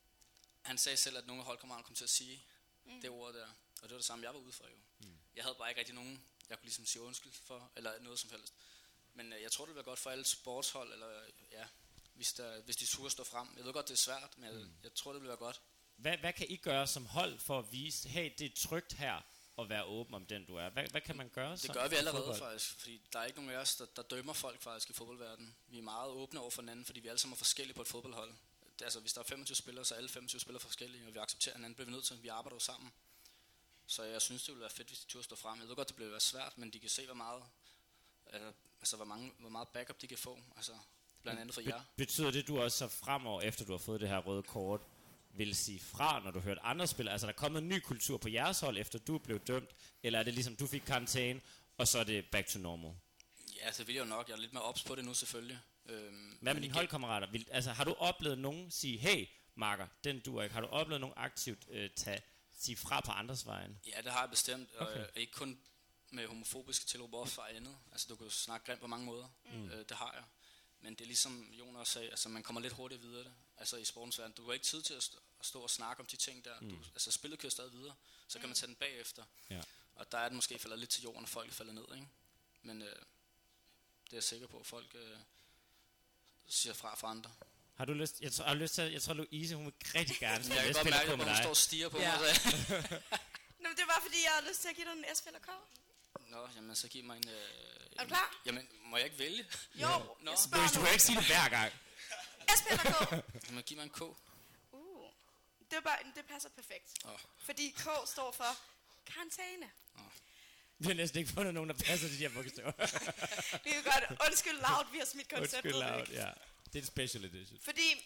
[SPEAKER 6] han sagde selv, at nogle af holdkammeraterne kom til at sige mm. det ord der, og det var det samme, jeg var ude for jo. Mm. Jeg havde bare ikke rigtig nogen, jeg kunne ligesom sige undskyld for, eller noget som helst. Men øh, jeg tror, det bliver godt for alle sportshold, eller ja, hvis, der, hvis de turde stå frem. Jeg ved godt, det er svært, men mm. jeg, jeg tror, det bliver godt.
[SPEAKER 3] Hvad, hvad kan I gøre som hold for at vise, hey, det er trygt her, at være åben om den, du er. Hvad, hvad kan man gøre så?
[SPEAKER 6] Det gør vi allerede faktisk, fordi der er ikke nogen af os, der, der dømmer folk faktisk i fodboldverdenen. Vi er meget åbne over for hinanden, fordi vi alle sammen er forskellige på et fodboldhold. Det, altså, hvis der er femogtyve spillere, så er alle femogtyve spillere forskellige, og vi accepterer hinanden, bliver vi nødt til, vi arbejder jo sammen. Så jeg synes, det ville være fedt, hvis de turde stå frem. Jeg ved godt, det bliver være svært, men de kan se, hvor meget, altså, hvor, mange, hvor meget backup de kan få, altså, blandt andet for jer.
[SPEAKER 3] Betyder det, du også så fremover, efter du har fået det her røde kort, vil sige fra, når du hørte andre spillere? Altså, er der kommet en ny kultur på jeres hold, efter du blev dømt? Eller er det ligesom, du fik karantæne, og så er det back to normal?
[SPEAKER 6] Ja, det vil jeg jo nok. Jeg er lidt mere ops på det nu, selvfølgelig. Øhm,
[SPEAKER 3] Hvad med dine holdkammerater? Vil, altså, har du oplevet nogen sige, hey, Marker, den duer ikke? Har du oplevet nogen aktivt øh, tage, sige fra på andres vejen?
[SPEAKER 6] Ja, det har jeg bestemt.
[SPEAKER 3] Okay.
[SPEAKER 6] Og ikke kun med homofobiske tilråb, også for andet. Altså, du kan jo snakke grimt på mange måder. Mm. Øh, det har jeg. Men det er ligesom Jon også sagde, altså man kommer lidt hurtigt videre det. Altså i sportens verden, du har ikke tid til at stå, at stå og snakke om de ting der. Mm. Du, altså spillet kører stadig videre, så kan man tage den bagefter. Ja. Og der er det måske falder lidt til jorden, og folk falder ned, ikke? Men øh, det er jeg sikker på, at folk øh, siger fra for andre.
[SPEAKER 3] Har du lyst? Jeg tror, jeg har lyst til, jeg tror Louise, hun vil rigtig gerne spille.
[SPEAKER 6] Jeg kan godt mærke, at hun står og stiger på
[SPEAKER 4] ja.
[SPEAKER 6] mig.
[SPEAKER 4] Nå, det var fordi, jeg havde lyst til at give dig en S eller K.
[SPEAKER 6] Nå, jamen så giv mig en... Øh,
[SPEAKER 4] er du klar?
[SPEAKER 6] Jamen, må jeg ikke vælge?
[SPEAKER 4] Jo,
[SPEAKER 6] Nå.
[SPEAKER 4] jeg spørger
[SPEAKER 3] du kan ikke sige det hver gang.
[SPEAKER 4] S eller K?
[SPEAKER 6] Jamen, giv mig en K.
[SPEAKER 4] Uh, det, er bare, det passer perfekt. Oh. Fordi K står for karantæne. Oh.
[SPEAKER 3] Vi har næsten ikke fundet nogen, der passer til de her bogstaver.
[SPEAKER 4] Vi kan godt undskylde loud, vi har smidt konceptet.
[SPEAKER 3] Undskyld loud, ja. Det er en special edition.
[SPEAKER 4] Fordi,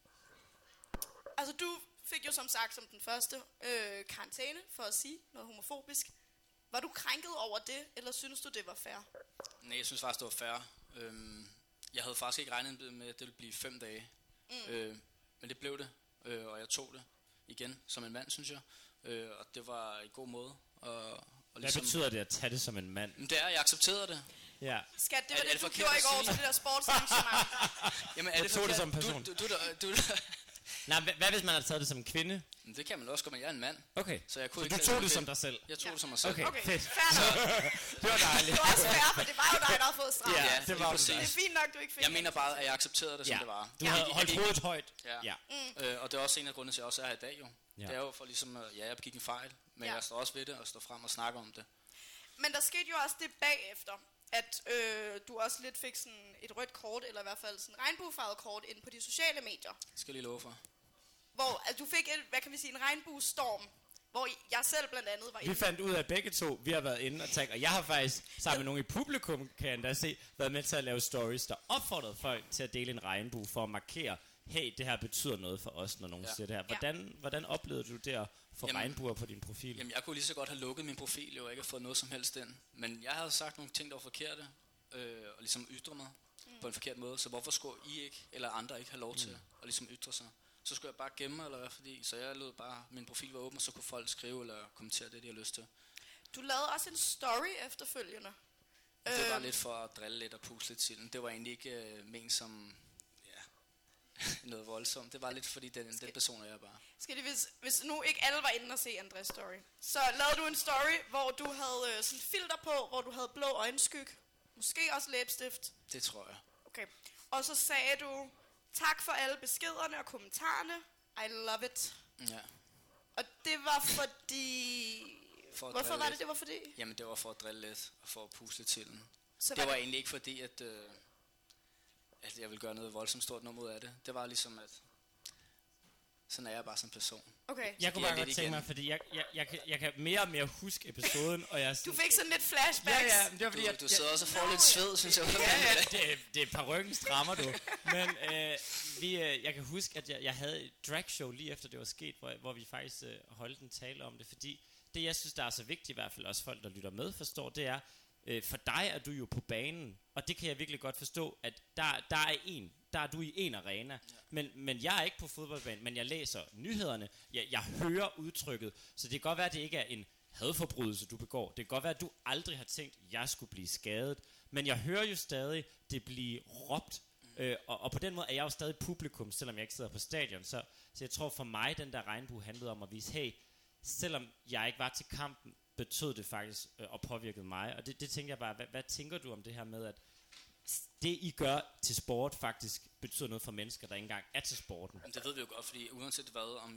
[SPEAKER 4] altså du fik jo som sagt som den første øh, karantæne for at sige noget homofobisk. Var du krænket over det, eller synes du, det var fair?
[SPEAKER 6] Nej, jeg synes faktisk, det var fair. Øhm, jeg havde faktisk ikke regnet med, at det ville blive fem dage. Mm. Øh, men det blev det, øh, og jeg tog det igen som en mand, synes jeg. Øh, og det var en god måde. Og, og
[SPEAKER 3] Hvad
[SPEAKER 6] ligesom,
[SPEAKER 3] betyder det at tage det som en mand?
[SPEAKER 6] Men det er, jeg accepterede det.
[SPEAKER 3] Ja.
[SPEAKER 4] Skat, det var
[SPEAKER 6] er,
[SPEAKER 4] det,
[SPEAKER 6] er det
[SPEAKER 4] du gjorde i går til det der sportsarrangement.
[SPEAKER 6] Jamen, er det
[SPEAKER 3] tog det som person.
[SPEAKER 6] Du, du, du, du,
[SPEAKER 3] Nej, hvad, hvad hvis man har taget det som kvinde?
[SPEAKER 6] Det kan man også, men jeg er en mand.
[SPEAKER 3] Okay,
[SPEAKER 6] så, jeg kunne
[SPEAKER 3] så
[SPEAKER 6] ikke
[SPEAKER 3] du tog det som dig selv?
[SPEAKER 6] Jeg tog ja. det som mig selv.
[SPEAKER 3] Okay,
[SPEAKER 4] okay.
[SPEAKER 3] fedt.
[SPEAKER 4] Det
[SPEAKER 3] var dejligt.
[SPEAKER 4] Det var også fair, for det var jo dig, der havde fået straf.
[SPEAKER 3] Ja, ja, det var
[SPEAKER 6] det.
[SPEAKER 4] Det er fint nok, du ikke fik.
[SPEAKER 6] Jeg mener bare, at jeg accepterede det, som
[SPEAKER 3] ja.
[SPEAKER 6] det var.
[SPEAKER 3] Du ja. havde holdt hovedet højt.
[SPEAKER 6] Ja. ja. Mm. Øh, og det er også en af grundene til, at jeg også er her i dag, jo. Ja. Det er jo for ligesom, ja, jeg begik en fejl, men ja. jeg står også ved det og står frem og snakker om det.
[SPEAKER 4] Men der skete jo også det bagefter, at øh, du også lidt fik sådan et rødt kort, eller i hvert fald sådan en regnbuefarvet kort ind på de sociale medier.
[SPEAKER 6] Det skal jeg lige love for.
[SPEAKER 4] Hvor altså, du fik, et, hvad kan vi sige, en regnbuestorm, hvor jeg selv blandt andet var inde.
[SPEAKER 3] Vi fandt ud af begge to, vi har været inde og tagget, og jeg har faktisk sammen med nogen i publikum, kan jeg endda se, været med til at lave stories, der opfordrede folk til at dele en regnbue for at markere, hey, det her betyder noget for os, når nogen ja. siger det her. Hvordan, ja. hvordan oplevede du det at få jamen, regnbuer på din profil?
[SPEAKER 6] Jamen, jeg kunne lige så godt have lukket min profil, jo, og ikke have fået noget som helst ind. Men jeg havde sagt nogle ting, der var forkerte, øh, og ligesom ytre mig mm. på en forkert måde. Så hvorfor skulle I ikke, eller andre ikke have lov til mm. at ligesom ytre sig? Så skulle jeg bare gemme mig, eller hvad, fordi så jeg lod bare, min profil var åben, og så kunne folk skrive eller kommentere det, de har lyst til.
[SPEAKER 4] Du lavede også en story efterfølgende.
[SPEAKER 6] Det var øhm. lidt for at drille lidt og puste lidt til den. Det var egentlig ikke øh, ment som noget voldsomt. Det var lidt fordi den, den person er jeg bare.
[SPEAKER 4] Skal det, hvis, hvis nu ikke alle var inde og se Andrés story, så lavede du en story, hvor du havde øh, sådan filter på, hvor du havde blå øjenskyg. Måske også læbestift.
[SPEAKER 6] Det tror jeg.
[SPEAKER 4] Okay. Og så sagde du, tak for alle beskederne og kommentarerne. I love it.
[SPEAKER 6] Ja.
[SPEAKER 4] Og det var fordi...
[SPEAKER 6] For
[SPEAKER 4] Hvorfor var det,
[SPEAKER 6] lidt.
[SPEAKER 4] det var fordi?
[SPEAKER 6] Jamen det var for at drille lidt og for at pusle til den.
[SPEAKER 4] Så
[SPEAKER 6] det var, var det... egentlig ikke fordi, at... Øh, at jeg ville gøre noget voldsomt stort nummer ud af det. Det var ligesom, at sådan er jeg bare som person.
[SPEAKER 4] Okay.
[SPEAKER 3] Jeg kunne bare godt tænke mig, fordi jeg, jeg, jeg, kan, jeg kan mere og mere huske episoden, og jeg...
[SPEAKER 4] Du fik sådan lidt flashbacks.
[SPEAKER 3] Ja, ja, det var fordi,
[SPEAKER 6] du,
[SPEAKER 3] jeg,
[SPEAKER 6] du sidder
[SPEAKER 3] jeg,
[SPEAKER 6] også og får no, lidt sved, synes jeg.
[SPEAKER 3] Ja, ja, det, det er et par ryggen strammer, du. Men øh, vi, øh, jeg kan huske, at jeg, jeg havde et dragshow lige efter det var sket, hvor, hvor vi faktisk øh, holdt en tale om det, fordi det, jeg synes, der er så vigtigt, i hvert fald også folk, der lytter med, forstår, det er, øh, for dig er du jo på banen, og det kan jeg virkelig godt forstå, at der, der er en, der er du i en arena, ja. men, men jeg er ikke på fodboldbanen, men jeg læser nyhederne, jeg, jeg hører udtrykket, så det kan godt være, at det ikke er en hadforbrydelse, du begår. Det kan godt være, at du aldrig har tænkt, at jeg skulle blive skadet, men jeg hører jo stadig det blive råbt, mm. øh, og, og på den måde er jeg jo stadig publikum, selvom jeg ikke sidder på stadion, så, så jeg tror for mig, den der regnbue handlede om at vise, hey, selvom jeg ikke var til kampen, betød det faktisk øh, og påvirkede mig, og det, det tænker jeg bare, hvad, hvad tænker du om det her med, at det I gør til sport faktisk betyder noget for mennesker, der ikke engang er til sporten?
[SPEAKER 6] Det ved vi jo godt, fordi uanset hvad, om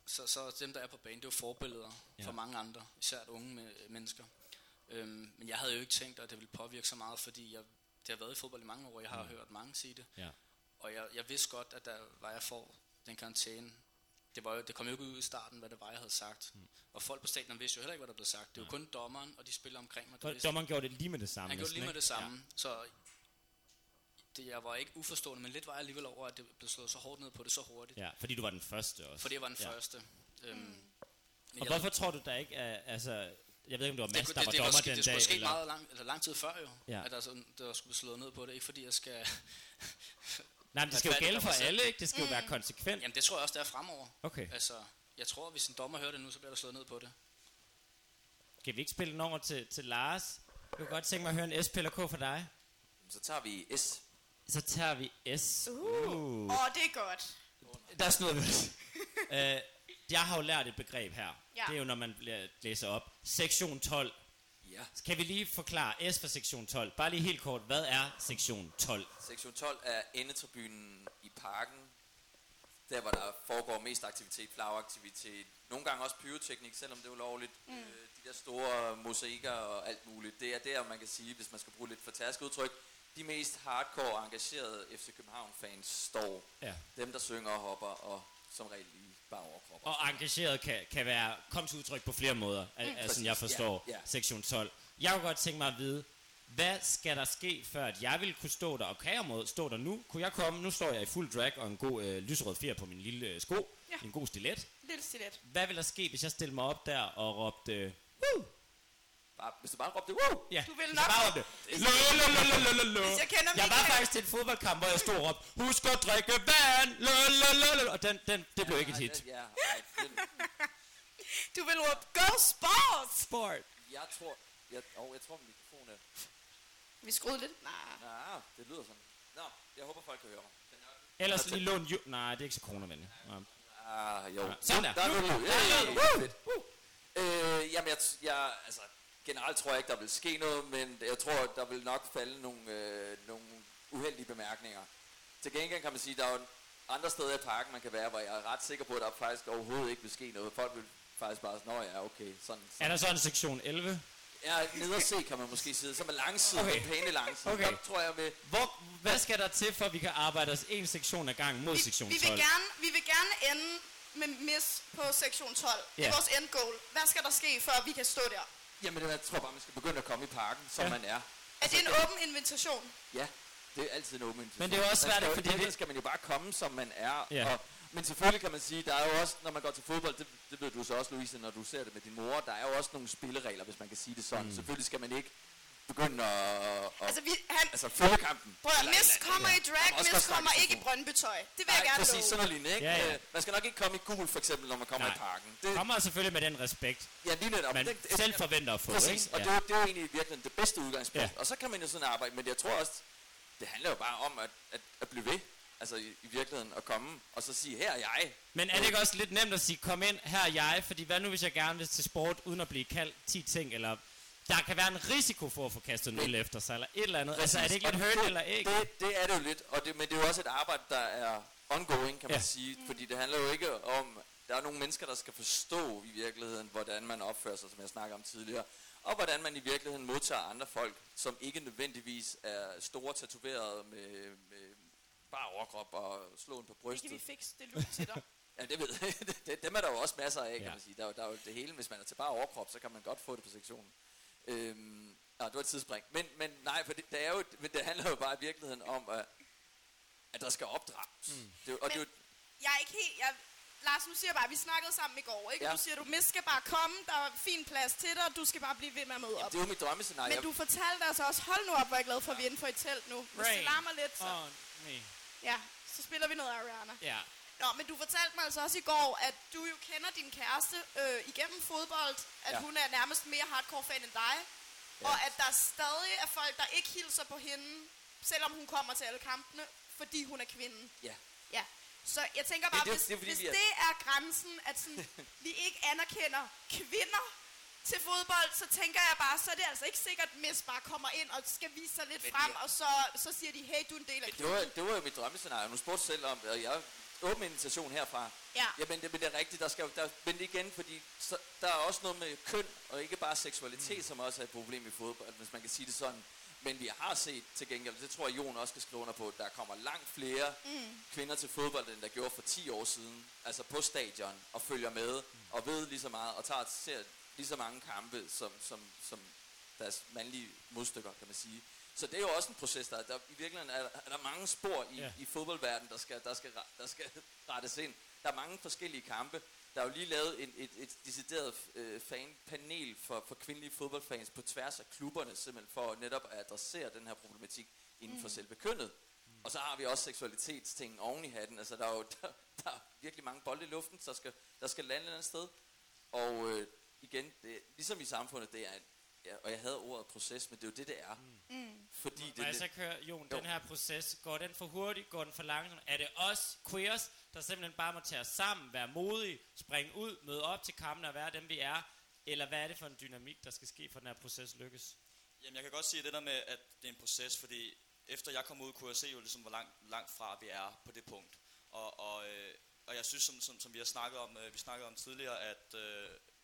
[SPEAKER 6] så, så dem, der er på banen, det er jo forbilleder ja. for mange andre, især unge med, mennesker. Øhm, men jeg havde jo ikke tænkt, at det ville påvirke så meget, fordi jeg, det har været i fodbold i mange år, jeg har mm. hørt mange sige det. Ja. Og jeg, jeg vidste godt, at der var jeg for den karantæne. Det, var jo, det kom jo ikke ud i starten, hvad det var, jeg havde sagt. Mm. Og folk på stadion vidste jo heller ikke, hvad der blev sagt. Det var kun dommeren og de spillere omkring mig.
[SPEAKER 3] Der dommeren gjorde det lige med det samme.
[SPEAKER 6] Han gjorde lige med det samme.
[SPEAKER 3] Ja.
[SPEAKER 6] Så det, jeg var ikke uforstående, men lidt var jeg alligevel over, at det blev slået så hårdt ned på det så hurtigt.
[SPEAKER 3] Ja, fordi du var den første også.
[SPEAKER 6] Fordi jeg var den
[SPEAKER 3] ja.
[SPEAKER 6] første. Øhm,
[SPEAKER 3] mm. Og hvorfor tror du, der ikke er... Altså, jeg ved ikke, om det var Mads,
[SPEAKER 6] det,
[SPEAKER 3] der
[SPEAKER 6] det,
[SPEAKER 3] var
[SPEAKER 6] det,
[SPEAKER 3] dommer
[SPEAKER 6] det,
[SPEAKER 3] den
[SPEAKER 6] det
[SPEAKER 3] dag.
[SPEAKER 6] Det skulle
[SPEAKER 3] eller?
[SPEAKER 6] ske meget lang, eller lang tid før jo,
[SPEAKER 3] ja.
[SPEAKER 6] at der, sådan, der skulle slået ned på det. Ikke fordi jeg skal...
[SPEAKER 3] Nej, men det skal jo gælde for alle, ikke? Det skal mm. jo være konsekvent.
[SPEAKER 6] Jamen, det tror jeg også, det er fremover.
[SPEAKER 3] Okay.
[SPEAKER 6] Altså, jeg tror, hvis en dommer hører det nu, så bliver der slået ned på det.
[SPEAKER 3] Kan vi ikke spille den over til, til Lars? Jeg kunne godt tænke mig at høre en S, P eller K for dig.
[SPEAKER 7] Så tager vi S.
[SPEAKER 3] Så tager vi S.
[SPEAKER 4] Åh, uh. uh. oh, det er godt.
[SPEAKER 3] Der snyder vi os. uh, jeg har jo lært et begreb her.
[SPEAKER 4] Ja.
[SPEAKER 3] Det er jo, når man læser op. Sektion tolv.
[SPEAKER 7] Ja.
[SPEAKER 3] Kan vi lige forklare S for sektion tolv? Bare lige helt kort. Hvad er sektion tolv?
[SPEAKER 7] Sektion tolv er endetribunen i parken. Der, hvor der foregår mest aktivitet, flagaktivitet. Nogle gange også pyroteknik, selvom det er ulovligt. Mm. Øh, de der store mosaikker og alt muligt. Det er der, man kan sige, hvis man skal bruge lidt fortærsket udtryk, de mest hardcore engagerede F C København-fans står. Ja. Dem, der synger og hopper og som regel lige bare overkrop.
[SPEAKER 3] Og engageret kan, kan være, kom til udtryk på flere måder, mm. altså jeg forstår ja, ja. sektion tolv. Jeg kunne godt tænke mig at vide, hvad skal der ske, før at jeg ville kunne stå der, og kan jeg må stå der nu? Kunne jeg komme? Nu står jeg i fuld drag og en god øh, lyserød fjer på min lille øh, sko. Ja. En god stilet.
[SPEAKER 4] Lille stilet.
[SPEAKER 3] Hvad vil der ske, hvis jeg stiller mig op der og råbte... Øh, Woo!
[SPEAKER 7] Bare, hvis du bare råbte Woo!
[SPEAKER 3] Ja,
[SPEAKER 4] du vil nok...
[SPEAKER 3] Bare hvis jeg kender Jeg var faktisk til en fodboldkamp, hvor jeg stod og råbte, husk at drikke vand! Og den, den, det blev ikke et hit.
[SPEAKER 7] Ja,
[SPEAKER 4] du vil råbe, go sport!
[SPEAKER 3] Sport.
[SPEAKER 7] Jeg tror... Jeg, oh, jeg tror, min mikrofon er...
[SPEAKER 4] Vi skruede lidt? Nej.
[SPEAKER 7] Nej, det lyder sådan. Nå, jeg håber, folk kan høre mig.
[SPEAKER 3] Ellers lige lån... Jo- Nej, det er ikke så coronavenligt.
[SPEAKER 7] Ah, jo.
[SPEAKER 3] Ja, sådan der.
[SPEAKER 7] Der er du. Ja, fedt. Øh, jamen, jeg, jeg, altså, generelt tror jeg ikke, der vil ske noget, men jeg tror, der vil nok falde nogle, øh, nogle uheldige bemærkninger. Til gengæld kan man sige, der er jo andre steder i parken, man kan være, hvor jeg er ret sikker på, at der faktisk overhovedet ikke vil ske noget. Folk vil faktisk bare sådan, nå ja, okay, sådan. sådan.
[SPEAKER 3] Er der så en sektion elleve?
[SPEAKER 7] Ja, ned og se kan man måske sige, som er langside, okay. Pæne langside.
[SPEAKER 3] Okay.
[SPEAKER 7] Der tror jeg med...
[SPEAKER 3] Hvor, hvad skal der til, for at vi kan arbejde os en sektion ad gang mod
[SPEAKER 4] vi,
[SPEAKER 3] sektion
[SPEAKER 4] vi
[SPEAKER 3] tolv?
[SPEAKER 4] Vil gerne, vi vil gerne ende med miss på sektion tolv. Ja. Det er vores endgoal. Hvad skal der ske, før vi kan stå der?
[SPEAKER 7] Jamen, jeg tror bare, man skal begynde at komme i parken, som ja. man er.
[SPEAKER 4] Er
[SPEAKER 7] altså,
[SPEAKER 4] det en
[SPEAKER 7] det,
[SPEAKER 4] åben invitation?
[SPEAKER 7] Ja, det er altid en åben invitation.
[SPEAKER 3] Men det er jo også svært,
[SPEAKER 7] skal,
[SPEAKER 3] fordi...
[SPEAKER 7] det skal man jo bare komme, som man er.
[SPEAKER 3] Ja.
[SPEAKER 7] Og, men selvfølgelig kan man sige, der er jo også, når man går til fodbold, det, det ved du så også, Louise, når du ser det med din mor, der er jo også nogle spilleregler, hvis man kan sige det sådan. Mm. Selvfølgelig skal man ikke begynde at... at
[SPEAKER 4] altså, vi, han,
[SPEAKER 7] altså følge kampen.
[SPEAKER 4] Prøv at Miss kommer ja. i drag, Miss kommer ikke i Brøndby-tøj. Det vil
[SPEAKER 7] Nej,
[SPEAKER 4] jeg gerne
[SPEAKER 7] præcis,
[SPEAKER 4] love.
[SPEAKER 7] sådan noget lignende, ikke?
[SPEAKER 3] Ja, ja.
[SPEAKER 7] Man skal nok ikke komme i gul, for eksempel, når man kommer
[SPEAKER 3] Nej.
[SPEAKER 7] i parken.
[SPEAKER 3] Det kommer selvfølgelig med den respekt,
[SPEAKER 7] ja, lige netop.
[SPEAKER 3] man
[SPEAKER 7] det,
[SPEAKER 3] selv forventer at få.
[SPEAKER 7] Præcis,
[SPEAKER 3] ikke?
[SPEAKER 7] og
[SPEAKER 3] Ja.
[SPEAKER 7] det, det er jo egentlig virkelig det bedste udgangspunkt. Ja. Og så kan man jo sådan arbejde, men jeg tror også, det handler jo bare om at, at, at blive ved. Altså i, i virkeligheden at komme og så sige, her er jeg.
[SPEAKER 3] Men er det ikke også lidt nemt at sige, kom ind, her er jeg, fordi hvad nu hvis jeg gerne vil til sport, uden at blive kaldt ti ting, eller der kan være en risiko for at få kastet en øl efter sig, eller et eller andet. Præcis. Altså er det ikke lidt hørt eller ikke?
[SPEAKER 7] Det, det er det jo lidt, og det, men det er jo også et arbejde, der er ongoing, kan man ja. sige, mm. fordi det handler jo ikke om, der er nogle mennesker, der skal forstå i virkeligheden, hvordan man opfører sig, som jeg snakker om tidligere, og hvordan man i virkeligheden modtager andre folk, som ikke nødvendigvis er store tatoverede med, med bare overkrop og slåen på brystet.
[SPEAKER 4] Det kan vi fikse, det look til dig.
[SPEAKER 7] Ja, det ved jeg. Dem er der jo også masser af, kan ja. man sige. Der er, der er jo det hele, hvis man er til bare overkrop, så kan man godt få det på sektionen. Øhm, nej, det var et tidsspring. Men, men nej, for det, det, er jo, men det handler jo bare i virkeligheden om, at, at der skal opdrages. Mm. Det, og
[SPEAKER 4] men
[SPEAKER 7] det,
[SPEAKER 4] jeg er ikke helt... Jeg, Lars, nu siger bare, vi snakkede sammen i går, ikke? Ja. Du siger, du Miss skal bare komme, der er fin plads til dig, og du skal bare blive ved med at møde op.
[SPEAKER 7] Jamen, det er jo mit drømmescenarie.
[SPEAKER 4] Men du fortalte altså også, hold nu op, hvor jeg er glad for, at vi er inde for et telt nu. Hvis det larmer lidt, så...
[SPEAKER 3] Oh,
[SPEAKER 4] ja, så spiller vi noget Ariana.
[SPEAKER 3] Ja.
[SPEAKER 4] Nå, men du fortalte mig altså også i går, at du jo kender din kæreste øh, igennem fodbold, at ja. hun er nærmest mere hardcore fan end dig, ja. Og at der stadig er folk, der ikke hilser på hende, selvom hun kommer til alle kampene, fordi hun er kvinde.
[SPEAKER 7] Ja.
[SPEAKER 4] Ja. Så jeg tænker bare,
[SPEAKER 7] det,
[SPEAKER 4] hvis,
[SPEAKER 7] det, er,
[SPEAKER 4] hvis
[SPEAKER 7] er...
[SPEAKER 4] det er grænsen, at sådan, vi ikke anerkender kvinder til fodbold, så tænker jeg bare, så er det altså ikke sikkert, at Miss bare kommer ind og skal vise sig lidt men frem, ja. og så, så siger de, hey, du er en del af
[SPEAKER 7] det var, det var jo mit drømmescenarie. Nu spurgte selv om, og jeg åben invitation herfra.
[SPEAKER 4] Ja.
[SPEAKER 7] Jamen, det, det er rigtigt. Der skal, der, men igen, fordi så, der er også noget med køn, og ikke bare seksualitet, mm. som også er et problem i fodbold, hvis man kan sige det sådan. Men vi har set til gengæld, det tror jeg, Jon også skal skrive under på, der kommer langt flere mm. kvinder til fodbold, end der gjorde for ti år siden. Altså på stadion, og følger med, mm. og ved lige så meget, og tager ser lige så mange kampe, som, som, som deres mandlige modstykker, kan man sige. Så det er jo også en proces, der, der i virkeligheden er, er der mange spor i, ja. i fodboldverdenen, der skal, der, skal, der skal rettes ind. Der er mange forskellige kampe. Der er jo lige lavet et, et, et decideret øh, fanpanel for, for kvindelige fodboldfans på tværs af klubberne, simpelthen for netop at adressere den her problematik inden mm. for selve kønnet. Mm. Og så har vi også seksualitetsting oven i hatten. Altså der er jo der, der er virkelig mange bolde i luften, der skal, der skal lande et eller andet sted. Og øh, igen, det, ligesom i samfundet, det er en, ja, og jeg havde ordet proces, men det er jo det, det er. Mm. Fordi
[SPEAKER 3] Må
[SPEAKER 7] det,
[SPEAKER 3] jeg så køre, Jon, jo. Den her proces, går den for hurtigt, går den for langsomt? Er det os queers, der simpelthen bare må tage os sammen, være modige, springe ud, møde op til kampen og være dem, vi er? Eller hvad er det for en dynamik, der skal ske, for den her proces lykkes?
[SPEAKER 5] Jamen, jeg kan godt sige det der med, at det er en proces, fordi efter jeg kom ud, kunne jeg se jo ligesom, hvor langt, langt fra vi er på det punkt. Og, og, øh, og jeg synes, som, som, som vi har snakket om, øh, vi snakkede om tidligere, at, øh,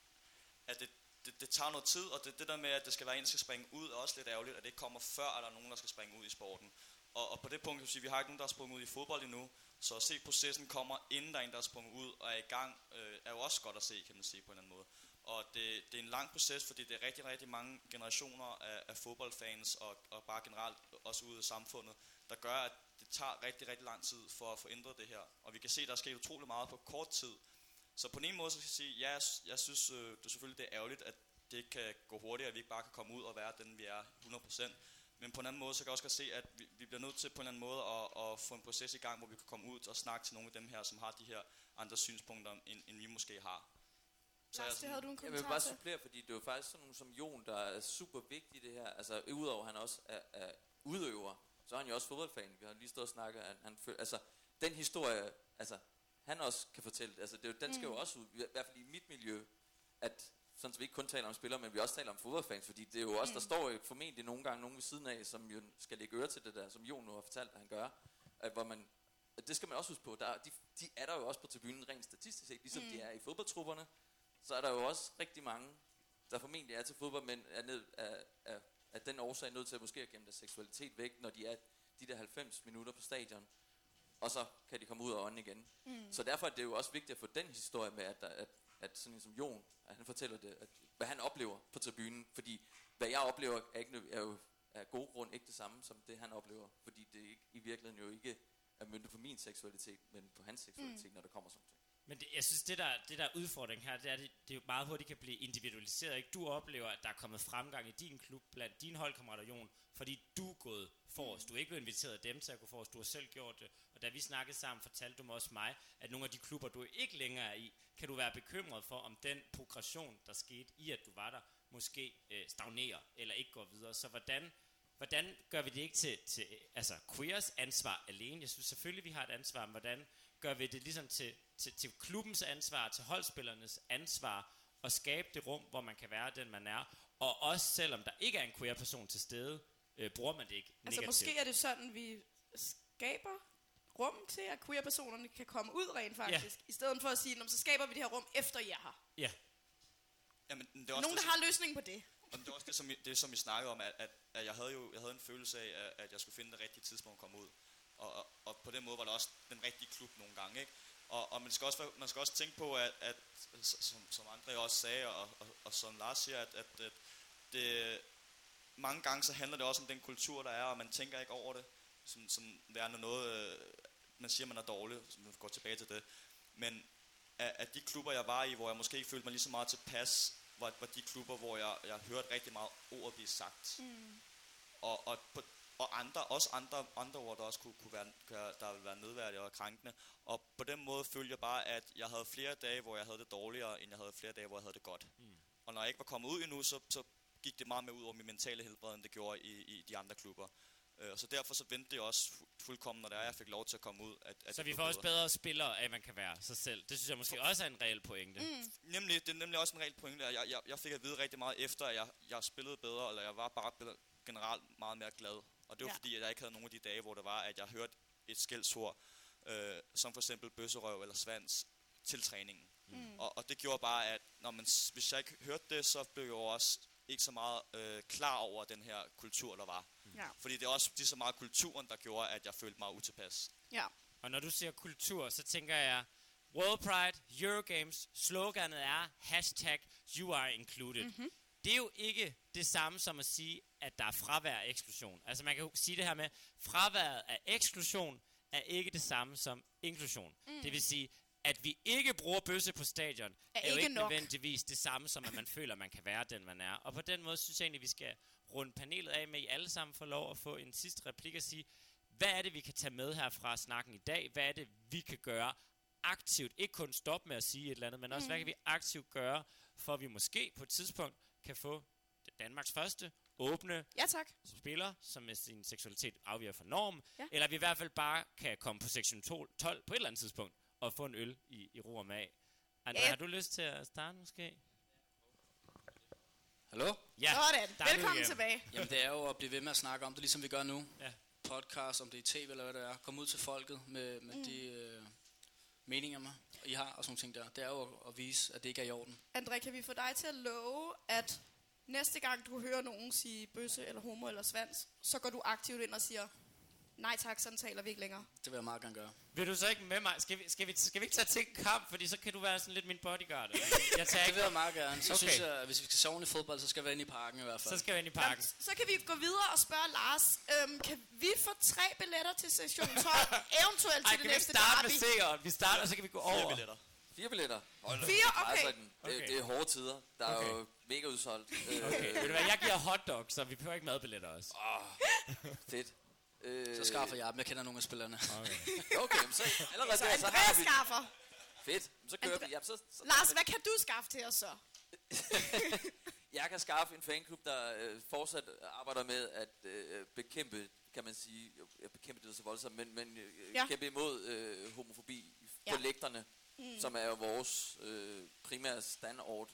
[SPEAKER 5] at det, det, det tager noget tid, og det, det der med, at det skal være en, der skal springe ud, er også lidt ærgerligt, at det ikke kommer før, at der er nogen, der skal springe ud i sporten. Og, og på det punkt kan vi sige, at vi har ikke nogen, der er sprunget ud i fodbold endnu, så at se processen kommer, inden der er en, der er sprunget ud og er i gang, øh, er jo også godt at se, kan man sige på en eller anden måde. Og det, det er en lang proces, fordi det er rigtig, rigtig mange generationer af, af fodboldfans, og, og bare generelt også ude i samfundet, der gør, at det tager rigtig, rigtig lang tid for at få ændret det her. Og vi kan se, at der er sket utrolig meget på kort tid. Så på en måde så skal jeg sige, ja, jeg, jeg synes øh, det selvfølgelig, det er ærgerligt, at det ikke kan gå hurtigere, at vi ikke bare kan komme ud og være den, vi er hundrede procent. Men på en anden måde, så kan jeg også godt se, at vi, vi bliver nødt til på en anden måde at, at få en proces i gang, hvor vi kan komme ud og snakke til nogle af dem her, som har de her andre synspunkter, end, end vi måske har.
[SPEAKER 4] Så Lars, det havde du en kommentar til?
[SPEAKER 7] Jeg vil bare supplere, fordi det er jo faktisk sådan nogen som Jon, der er super vigtig i det her. Altså, udover at han også er, er udøver, så er han jo også fodboldfan. Vi har lige stået og snakket, at han føler, altså, den historie, altså, han også kan fortælle, altså, det er jo, den skal mm. jo også ud, i hvert fald i mit miljø, at sådan så vi ikke kun taler om spillere, men vi også taler om fodboldfans, fordi det er jo også, mm. der står jo formentlig nogle gange nogen ved siden af, som jo skal lægge øre til det der, som Jon nu har fortalt, at han gør, at hvor man, at det skal man også huske på, der, de, de er der jo også på tribunen rent statistisk set, ligesom mm. de er i fodboldtrupperne, så er der jo også rigtig mange, der formentlig er til fodbold, men er, ned, er, er, er den årsag nødt til at måske at gemme deres seksualitet væk, når de er de der halvfems minutter på stadion, og så kan de komme ud af ånden igen. Mm. Så derfor er det jo også vigtigt at få den historie med, at, der, at, at sådan en som Jon, at han fortæller det, at, hvad han oplever på tribunen, fordi hvad jeg oplever er, ikke, er jo af god grund ikke det samme som det han oplever, fordi det ikke, i virkeligheden jo ikke er møntet på min seksualitet, men på hans seksualitet, mm. når der kommer sådan ting.
[SPEAKER 3] Men det, jeg synes, det der, det der udfordring her, det er, det, det er jo meget hurtigt kan blive individualiseret. Ikke? Du oplever, at der er kommet fremgang i din klub blandt dine holdkammerater, Jon, fordi du er gået forrest. Du er ikke blevet inviteret af dem til at gå forrest, du har selv gjort det. Og da vi snakkede sammen, fortalte du mig også mig, at nogle af de klubber, du ikke længere er i, kan du være bekymret for, om den progression, der skete i, at du var der, måske øh, stagnerer eller ikke går videre. Så hvordan, hvordan gør vi det ikke til, til altså, queers ansvar alene? Jeg synes selvfølgelig, vi har et ansvar, men hvordan gør vi det ligesom til, til, til klubbens ansvar, til holdspillernes ansvar, at skabe det rum, hvor man kan være den, man er, og også selvom der ikke er en queer-person til stede, øh, bruger man det ikke
[SPEAKER 4] altså
[SPEAKER 3] negativt.
[SPEAKER 4] Måske er det sådan, vi skaber rum til, at queer-personerne kan komme ud rent faktisk, ja. I stedet for at sige, så skaber vi det her rum efter jer her.
[SPEAKER 3] Ja.
[SPEAKER 5] Jamen, det er også
[SPEAKER 4] Nogen,
[SPEAKER 5] det,
[SPEAKER 4] der har løsningen på det.
[SPEAKER 5] Og det er også det, som, det, som vi snakkede om, at, at, at jeg havde jo jeg havde en følelse af, at jeg skulle finde det rigtige tidspunkt at komme ud. Og, og, og på den måde var det også den rigtige klub nogle gange, ikke? Og, og man, skal også, man skal også tænke på, at, at som, som andre også sagde, og, og, og som Lars siger, at, at, at det, mange gange så handler det også om den kultur, der er, og man tænker ikke over det, som, som værende noget, man siger, man er dårlig, så man går tilbage til det. Men at, at de klubber, jeg var i, hvor jeg måske ikke følte mig lige så meget tilpas, var, var de klubber, hvor jeg, jeg hørte rigtig meget ord blive sagt. Mm. Og, og på Og andre, også andre, andre ord, der også kunne, kunne være, der ville være nedværdige og krænkende. Og på den måde følte jeg bare, at jeg havde flere dage, hvor jeg havde det dårligere, end jeg havde flere dage, hvor jeg havde det godt. Mm. Og når jeg ikke var kommet ud endnu, så, så gik det meget mere ud over min mentale helbred, end det gjorde i, i de andre klubber. Uh, så derfor så vendte det også fuldkommen, når det er, jeg fik lov til at komme ud. At, at
[SPEAKER 3] så vi får bedre. Også bedre spillere, at man kan være sig selv. Det synes jeg måske For, også er en reel pointe.
[SPEAKER 5] Mm. Nemlig, det er nemlig også en reel pointe. Jeg, jeg, jeg fik at vide rigtig meget efter, at jeg, jeg spillede bedre, eller jeg var bare generelt meget mere glad. Og det var ja. fordi, at jeg ikke havde nogen af de dage, hvor det var, at jeg hørte et skældsord øh, som for eksempel bøsserøv eller svans, til træningen. Mm. Og, og det gjorde bare, at når man, hvis jeg ikke hørte det, så blev jeg også ikke så meget øh, klar over den her kultur, der var.
[SPEAKER 4] Ja.
[SPEAKER 5] Fordi det er også lige så meget kulturen, der gjorde, at jeg følte mig utilpas.
[SPEAKER 4] Ja.
[SPEAKER 3] Og når du siger kultur, så tænker jeg, World Pride, Eurogames, sloganet er hashtag you are included. Mm-hmm. Det er jo ikke det samme som at sige, at der er fravær af eksklusion. Altså man kan jo sige det her med, fraværet af eksklusion er ikke det samme som inklusion. Mm. Det vil sige, at vi ikke bruger bøsse på stadion, er, er jo ikke nok. Nødvendigvis det samme som, at man føler, at man kan være den, man er. Og på den måde synes jeg egentlig, at vi skal runde panelet af med, at I alle sammen får lov at få en sidste replik og sige, hvad er det, vi kan tage med her fra snakken i dag? Hvad er det, vi kan gøre aktivt? Ikke kun stoppe med at sige et eller andet, men også, mm. hvad kan vi aktivt gøre, for at vi måske på et tidspunkt kan få Danmarks første åbne
[SPEAKER 4] ja, tak.
[SPEAKER 3] spiller, som med sin seksualitet afviger fra normen,
[SPEAKER 4] ja.
[SPEAKER 3] Eller vi i hvert fald bare kan komme på sektion tolv på et eller andet tidspunkt, og få en øl i, i ro og mag. André, ja. Har du lyst til at starte måske?
[SPEAKER 6] Hallo?
[SPEAKER 3] Ja.
[SPEAKER 4] Sådan. Velkommen tilbage.
[SPEAKER 6] Jamen det er jo at blive ved med at snakke om det, ligesom vi gør nu.
[SPEAKER 3] Ja.
[SPEAKER 6] Podcast, om det er tv eller hvad det er. Kom ud til folket med, med mm. de øh, meninger, man, I har og sådan ting der. Det er jo at, at vise, at det ikke er i orden.
[SPEAKER 4] André, kan vi få dig til at love, at næste gang du hører nogen sige bøsse eller homo eller svans, så går du aktivt ind og siger, nej tak, sådan taler vi ikke længere.
[SPEAKER 6] Det vil jeg meget gerne gøre.
[SPEAKER 3] Vil du så ikke med mig? Skal vi, skal vi, skal vi ikke tage til en kamp? Fordi så kan du være sådan lidt min bodyguard. Jeg tager
[SPEAKER 6] det
[SPEAKER 3] ikke.
[SPEAKER 6] vil jeg meget gerne. Så
[SPEAKER 3] okay.
[SPEAKER 6] synes jeg, at hvis vi skal sove i fodbold, så skal vi være inde i parken i hvert fald.
[SPEAKER 3] Så skal vi ind i parken.
[SPEAKER 4] Jamen, så kan vi gå videre og spørge Lars, øhm, kan vi få tre billetter til session tolv, eventuelt til
[SPEAKER 3] Ej,
[SPEAKER 4] det næste
[SPEAKER 3] derby? Ej,
[SPEAKER 4] derby?
[SPEAKER 3] kan vi starte med seeren? Vi starter, og så kan vi gå over.
[SPEAKER 5] Fire billetter.
[SPEAKER 7] Fire billetter? Hold
[SPEAKER 4] Fire? Okay.
[SPEAKER 7] Det, okay. Det er hårde tider. Der er okay. jo mega udsolgt.
[SPEAKER 3] Okay, ved du hvad, jeg giver hotdog, så vi behøver ikke madbilletter også.
[SPEAKER 7] Oh, fedt.
[SPEAKER 6] Så skaffer jeg dem. Jeg kender nogle af spillerne.
[SPEAKER 7] Okay, okay, så allerede
[SPEAKER 4] så
[SPEAKER 7] der, så har vi...
[SPEAKER 4] skaffer.
[SPEAKER 7] Fedt, så kører vi. Ja, så, så,
[SPEAKER 4] Lars, hvad kan du skaffe til os så?
[SPEAKER 7] Jeg kan skaffe en fanklub, der øh, fortsat arbejder med at øh, bekæmpe, kan man sige, jeg bekæmpe det så voldsomt, men, men øh, ja. kæmpe imod øh, homofobi ja. på lægterne, mm. som er jo vores øh, primære standord.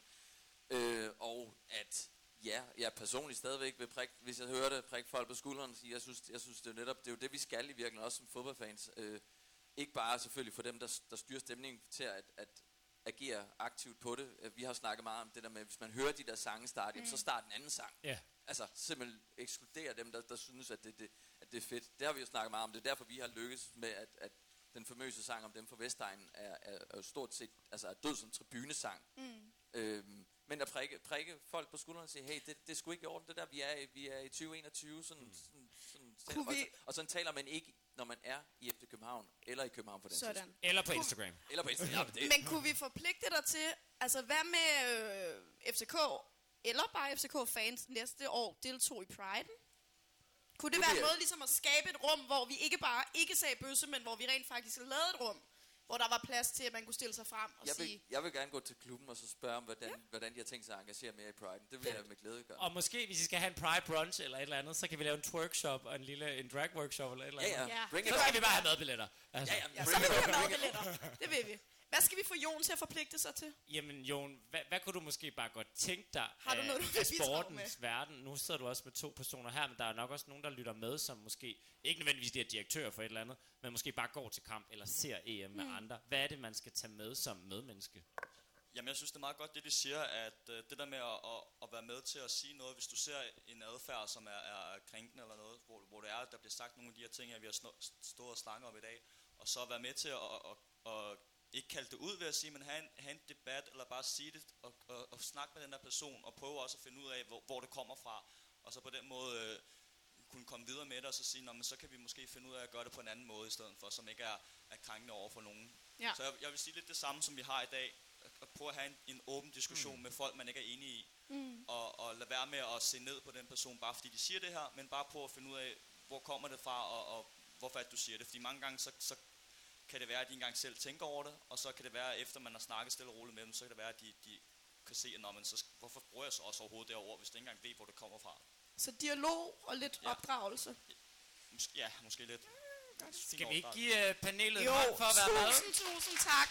[SPEAKER 7] Øh, og at ja, jeg personligt stadigvæk vil prikke, hvis jeg hører det, prikke folk på skulderen og sige, jeg synes, jeg synes det er netop, det er jo det, vi skal i virkeligheden, også som fodboldfans. Øh, ikke bare selvfølgelig for dem, der, der styrer stemningen til at, at agere aktivt på det. Vi har snakket meget om det der med, hvis man hører de der sange starte, mm. så start en anden sang.
[SPEAKER 3] Yeah.
[SPEAKER 7] Altså simpelthen ekskludere dem, der, der synes, at det, det, at det er fedt. Det har vi jo snakket meget om. Det er derfor, vi har lykkes med, at, at den famøse sang om dem fra Vestegnen er, er, er jo stort set altså er død som tribunesang. Mm. Øhm, men at prikke, prikke folk på skulderen og sige, hey, det, det er sgu ikke i orden, det der, vi er, vi er i tyve enogtyve, sådan, mm. sådan, sådan, sådan og, og sådan taler man ikke, når man er i F C København, eller i København for den
[SPEAKER 4] sådan.
[SPEAKER 7] Tidspunkt.
[SPEAKER 3] Eller på Instagram.
[SPEAKER 7] Eller på Instagram, ja, men det.
[SPEAKER 4] Men kunne vi forpligte dig til, altså hvad med øh, F C K, eller bare F C K-fans næste år deltog i Pride'en? Kunne det, det være en måde ligesom at skabe et rum, hvor vi ikke bare ikke sagde bøsse, men hvor vi rent faktisk lavede et rum, hvor der var plads til, at man kunne stille sig frem og
[SPEAKER 7] jeg vil,
[SPEAKER 4] sige...
[SPEAKER 7] Jeg vil gerne gå til klubben og så spørge om, hvordan, ja. hvordan de har tænkt sig at engagere mere i Pride'en. Det vil ja. jeg med glæde gøre.
[SPEAKER 3] Og måske, hvis I skal have en Pride brunch eller et eller andet, så kan vi lave en twerkshop og en lille en drag workshop eller et eller andet.
[SPEAKER 7] Ja, ja.
[SPEAKER 4] ja.
[SPEAKER 3] Så skal vi bare have madbilletter. Altså.
[SPEAKER 4] Ja, ja. ja, så vil vi have madbilletter. Det vil vi. Hvad skal vi få Jon til at forpligte sig til?
[SPEAKER 3] Jamen Jon, hvad, hvad kunne du måske bare godt tænke dig
[SPEAKER 4] Har du noget,
[SPEAKER 3] af, af sportens verden? Nu sidder du også med to personer her, men der er nok også nogen, der lytter med, som måske, ikke nødvendigvis de er direktører for et eller andet, men måske bare går til kamp eller ser E M med mm. andre. Hvad er det, man skal tage med som medmenneske?
[SPEAKER 5] Jamen jeg synes det er meget godt det de siger, at øh, det der med at, at, at være med til at sige noget, hvis du ser en adfærd som er, er krænkende eller noget, hvor, hvor det er, der bliver sagt nogle af de her ting, at vi har stået og snakket om i dag, og så være med til at, at, at, at ikke kalde det ud ved at sige, men have en, have en debat, eller bare sige det, og, og, og snakke med den der person, og prøve også at finde ud af, hvor, hvor det kommer fra, og så på den måde øh, kunne komme videre med det, og så sige, nå, men så kan vi måske finde ud af at gøre det på en anden måde i stedet for, som ikke er, er krænkende over for nogen. Ja. Så jeg, jeg vil sige lidt det samme, som vi har i dag, at prøve at have en, en åben diskussion mm. med folk, man ikke er enige i, mm. og, og lade være med at se ned på den person, bare fordi de siger det her, men bare prøve at finde ud af, hvor kommer det fra, og, og hvorfor at du siger det, fordi mange gange så, så kan det være, at de engang selv tænker over det, og så kan det være, efter man har snakket stille og roligt med dem, så kan det være, at de, de kan se, at men så, hvorfor bruger jeg så også overhovedet derovre, hvis de ikke engang ved, hvor det kommer fra.
[SPEAKER 4] Så dialog og lidt ja. opdragelse.
[SPEAKER 5] Mås- ja, måske lidt.
[SPEAKER 4] Mm,
[SPEAKER 3] Skal vi ikke give uh, panelet
[SPEAKER 4] jo,
[SPEAKER 3] hånd for at være med?
[SPEAKER 4] tusind, tusind tak.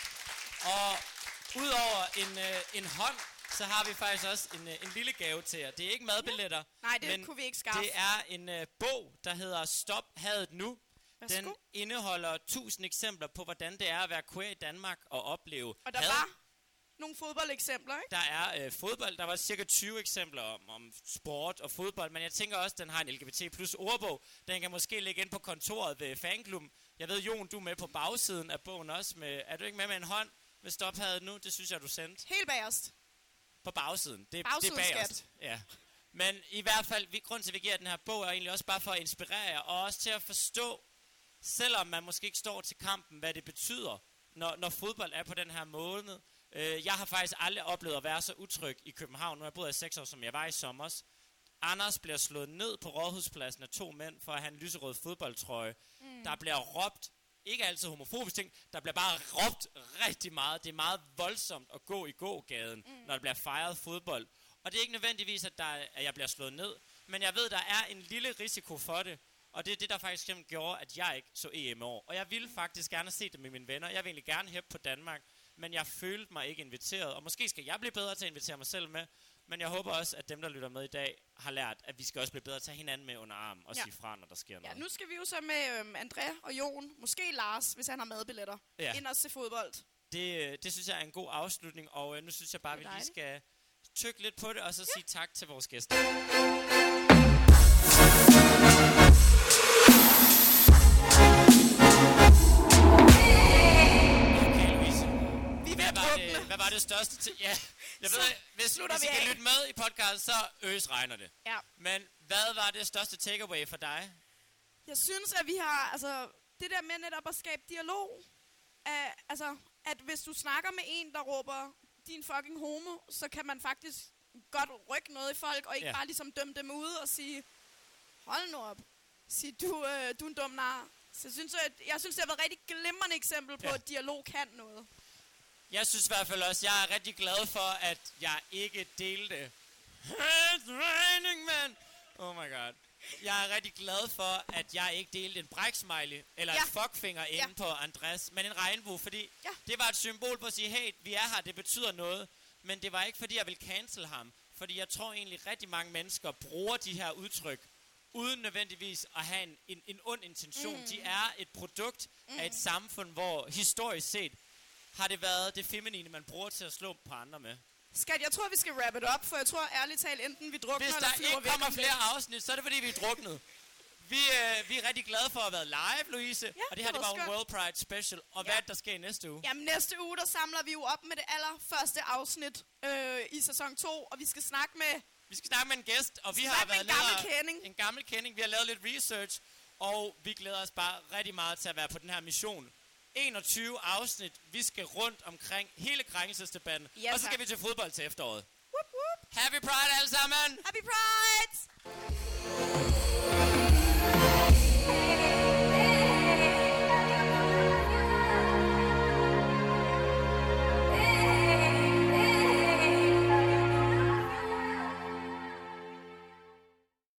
[SPEAKER 3] Og udover en, uh, en hånd, så har vi faktisk også en, uh, en lille gave til jer. Det er ikke madbilletter.
[SPEAKER 4] Ja. Nej, det
[SPEAKER 3] men
[SPEAKER 4] kunne vi ikke skaffe.
[SPEAKER 3] Det er en uh, bog, der hedder Stop Hadet Nu. Den indeholder tusind eksempler på, hvordan det er at være queer i Danmark og opleve
[SPEAKER 4] Og der
[SPEAKER 3] had.
[SPEAKER 4] var nogle fodboldeksempler, ikke?
[SPEAKER 3] Der er øh, fodbold. Der var cirka tyve eksempler om, om sport og fodbold, men jeg tænker også, at den har en L G B T plus ordbog. Den kan måske ligge ind på kontoret ved fanklubben. Jeg ved, Jon, du er med på bagsiden af bogen også. Med, er du ikke med med en hånd med stophadet nu? Det synes jeg, du sendte.
[SPEAKER 4] Helt bagerst.
[SPEAKER 3] På bagsiden. Det,
[SPEAKER 4] bagsiden
[SPEAKER 3] det er bagerst. Ja. Men i hvert fald, vi, grunden til, at vi giver den her bog, er egentlig også bare for at inspirere jer, og også til at forstå, selvom man måske ikke står til kampen, hvad det betyder, når, når fodbold er på den her måde. Øh, jeg har faktisk aldrig oplevet at være så utryg i København. Nu har jeg boet i seks år, som jeg var i sommers. Anders bliver slået ned på Rådhuspladsen af to mænd for at have en lyserød fodboldtrøje. Mm. Der bliver råbt, ikke altid homofobisk ting, der bliver bare råbt rigtig meget. Det er meget voldsomt at gå i gågaden, mm. når der bliver fejret fodbold. Og det er ikke nødvendigvis, at, der, at jeg bliver slået ned, men jeg ved, der er en lille risiko for det. Og det er det, der faktisk gjorde, at jeg ikke så E M i år. Og jeg ville faktisk gerne se det med mine venner. Jeg ville egentlig gerne hæppe på Danmark, men jeg følte mig ikke inviteret. Og måske skal jeg blive bedre til at invitere mig selv med. Men jeg håber også, at dem, der lytter med i dag, har lært, at vi skal også blive bedre til at tage hinanden med under armen og ja. sige fra, når der sker noget.
[SPEAKER 4] Ja, nu skal vi jo så med øhm, André og Jon, måske Lars, hvis han har madbilletter, ja. ind og se fodbold.
[SPEAKER 3] Det, det synes jeg er en god afslutning, og øh, nu synes jeg bare, at vi lige skal tykke lidt på det, og så ja. sige tak til vores gæster. Hvad var, det, hvad var det største til? Ja, jeg ved, hvis, hvis I kan lytte med i podcast, så øs regner det.
[SPEAKER 4] Ja.
[SPEAKER 3] Men hvad var det største takeaway for dig?
[SPEAKER 4] Jeg synes, at vi har, altså, det der med netop at skabe dialog. Uh, altså, at hvis du snakker med en, der råber, din fucking homo, så kan man faktisk godt rykke noget i folk, og ikke ja. bare ligesom dømme dem ud og sige, hold nu op, sig du, øh, du er en dum nar. Så jeg synes, at, jeg synes, det har været et rigtig glimrende eksempel på, ja. at dialog kan noget.
[SPEAKER 3] Jeg synes i hvert fald også, jeg er rigtig glad for, at jeg ikke delte It's raining, man. Oh my god. Jeg er rigtig glad for, at jeg ikke delte en bræksmiley eller ja. en fuckfinger inde ja. på Andres, men en regnbue, fordi ja. det var et symbol på at sige, hey, vi er her, det betyder noget. Men det var ikke, fordi jeg ville cancel ham. Fordi jeg tror egentlig, rigtig mange mennesker bruger de her udtryk, uden nødvendigvis at have en, en, en ond intention. Mm. De er et produkt mm. af et samfund, hvor historisk set har det været det feminine, man bruger til at slå på andre med.
[SPEAKER 4] Skat, jeg tror, vi skal wrap it up, for jeg tror ærligt talt, enten vi drukner
[SPEAKER 3] eller flyver væk. Hvis der ikke kommer flere afsnit, så er det fordi, vi er druknet. Vi, øh, vi er rigtig glade for at have været live, Louise. Ja, og det her det var en World Pride Special. Og ja. hvad er det, der sker næste uge?
[SPEAKER 4] Jamen næste uge, der samler vi jo op med det allerførste afsnit øh, i sæson to. Og vi skal snakke med...
[SPEAKER 3] Vi skal snakke med en gæst, og vi, vi har været en gammel kending. En gammel kending. Vi har lavet lidt research, og vi glæder os bare rigtig meget til at være på den her mission. enogtyve afsnit. Vi skal rundt omkring hele krænkelsesdebatten. Yes, og så skal vi til fodbold til efteråret. Whoop, whoop. Happy Pride alle sammen!
[SPEAKER 4] Happy Pride!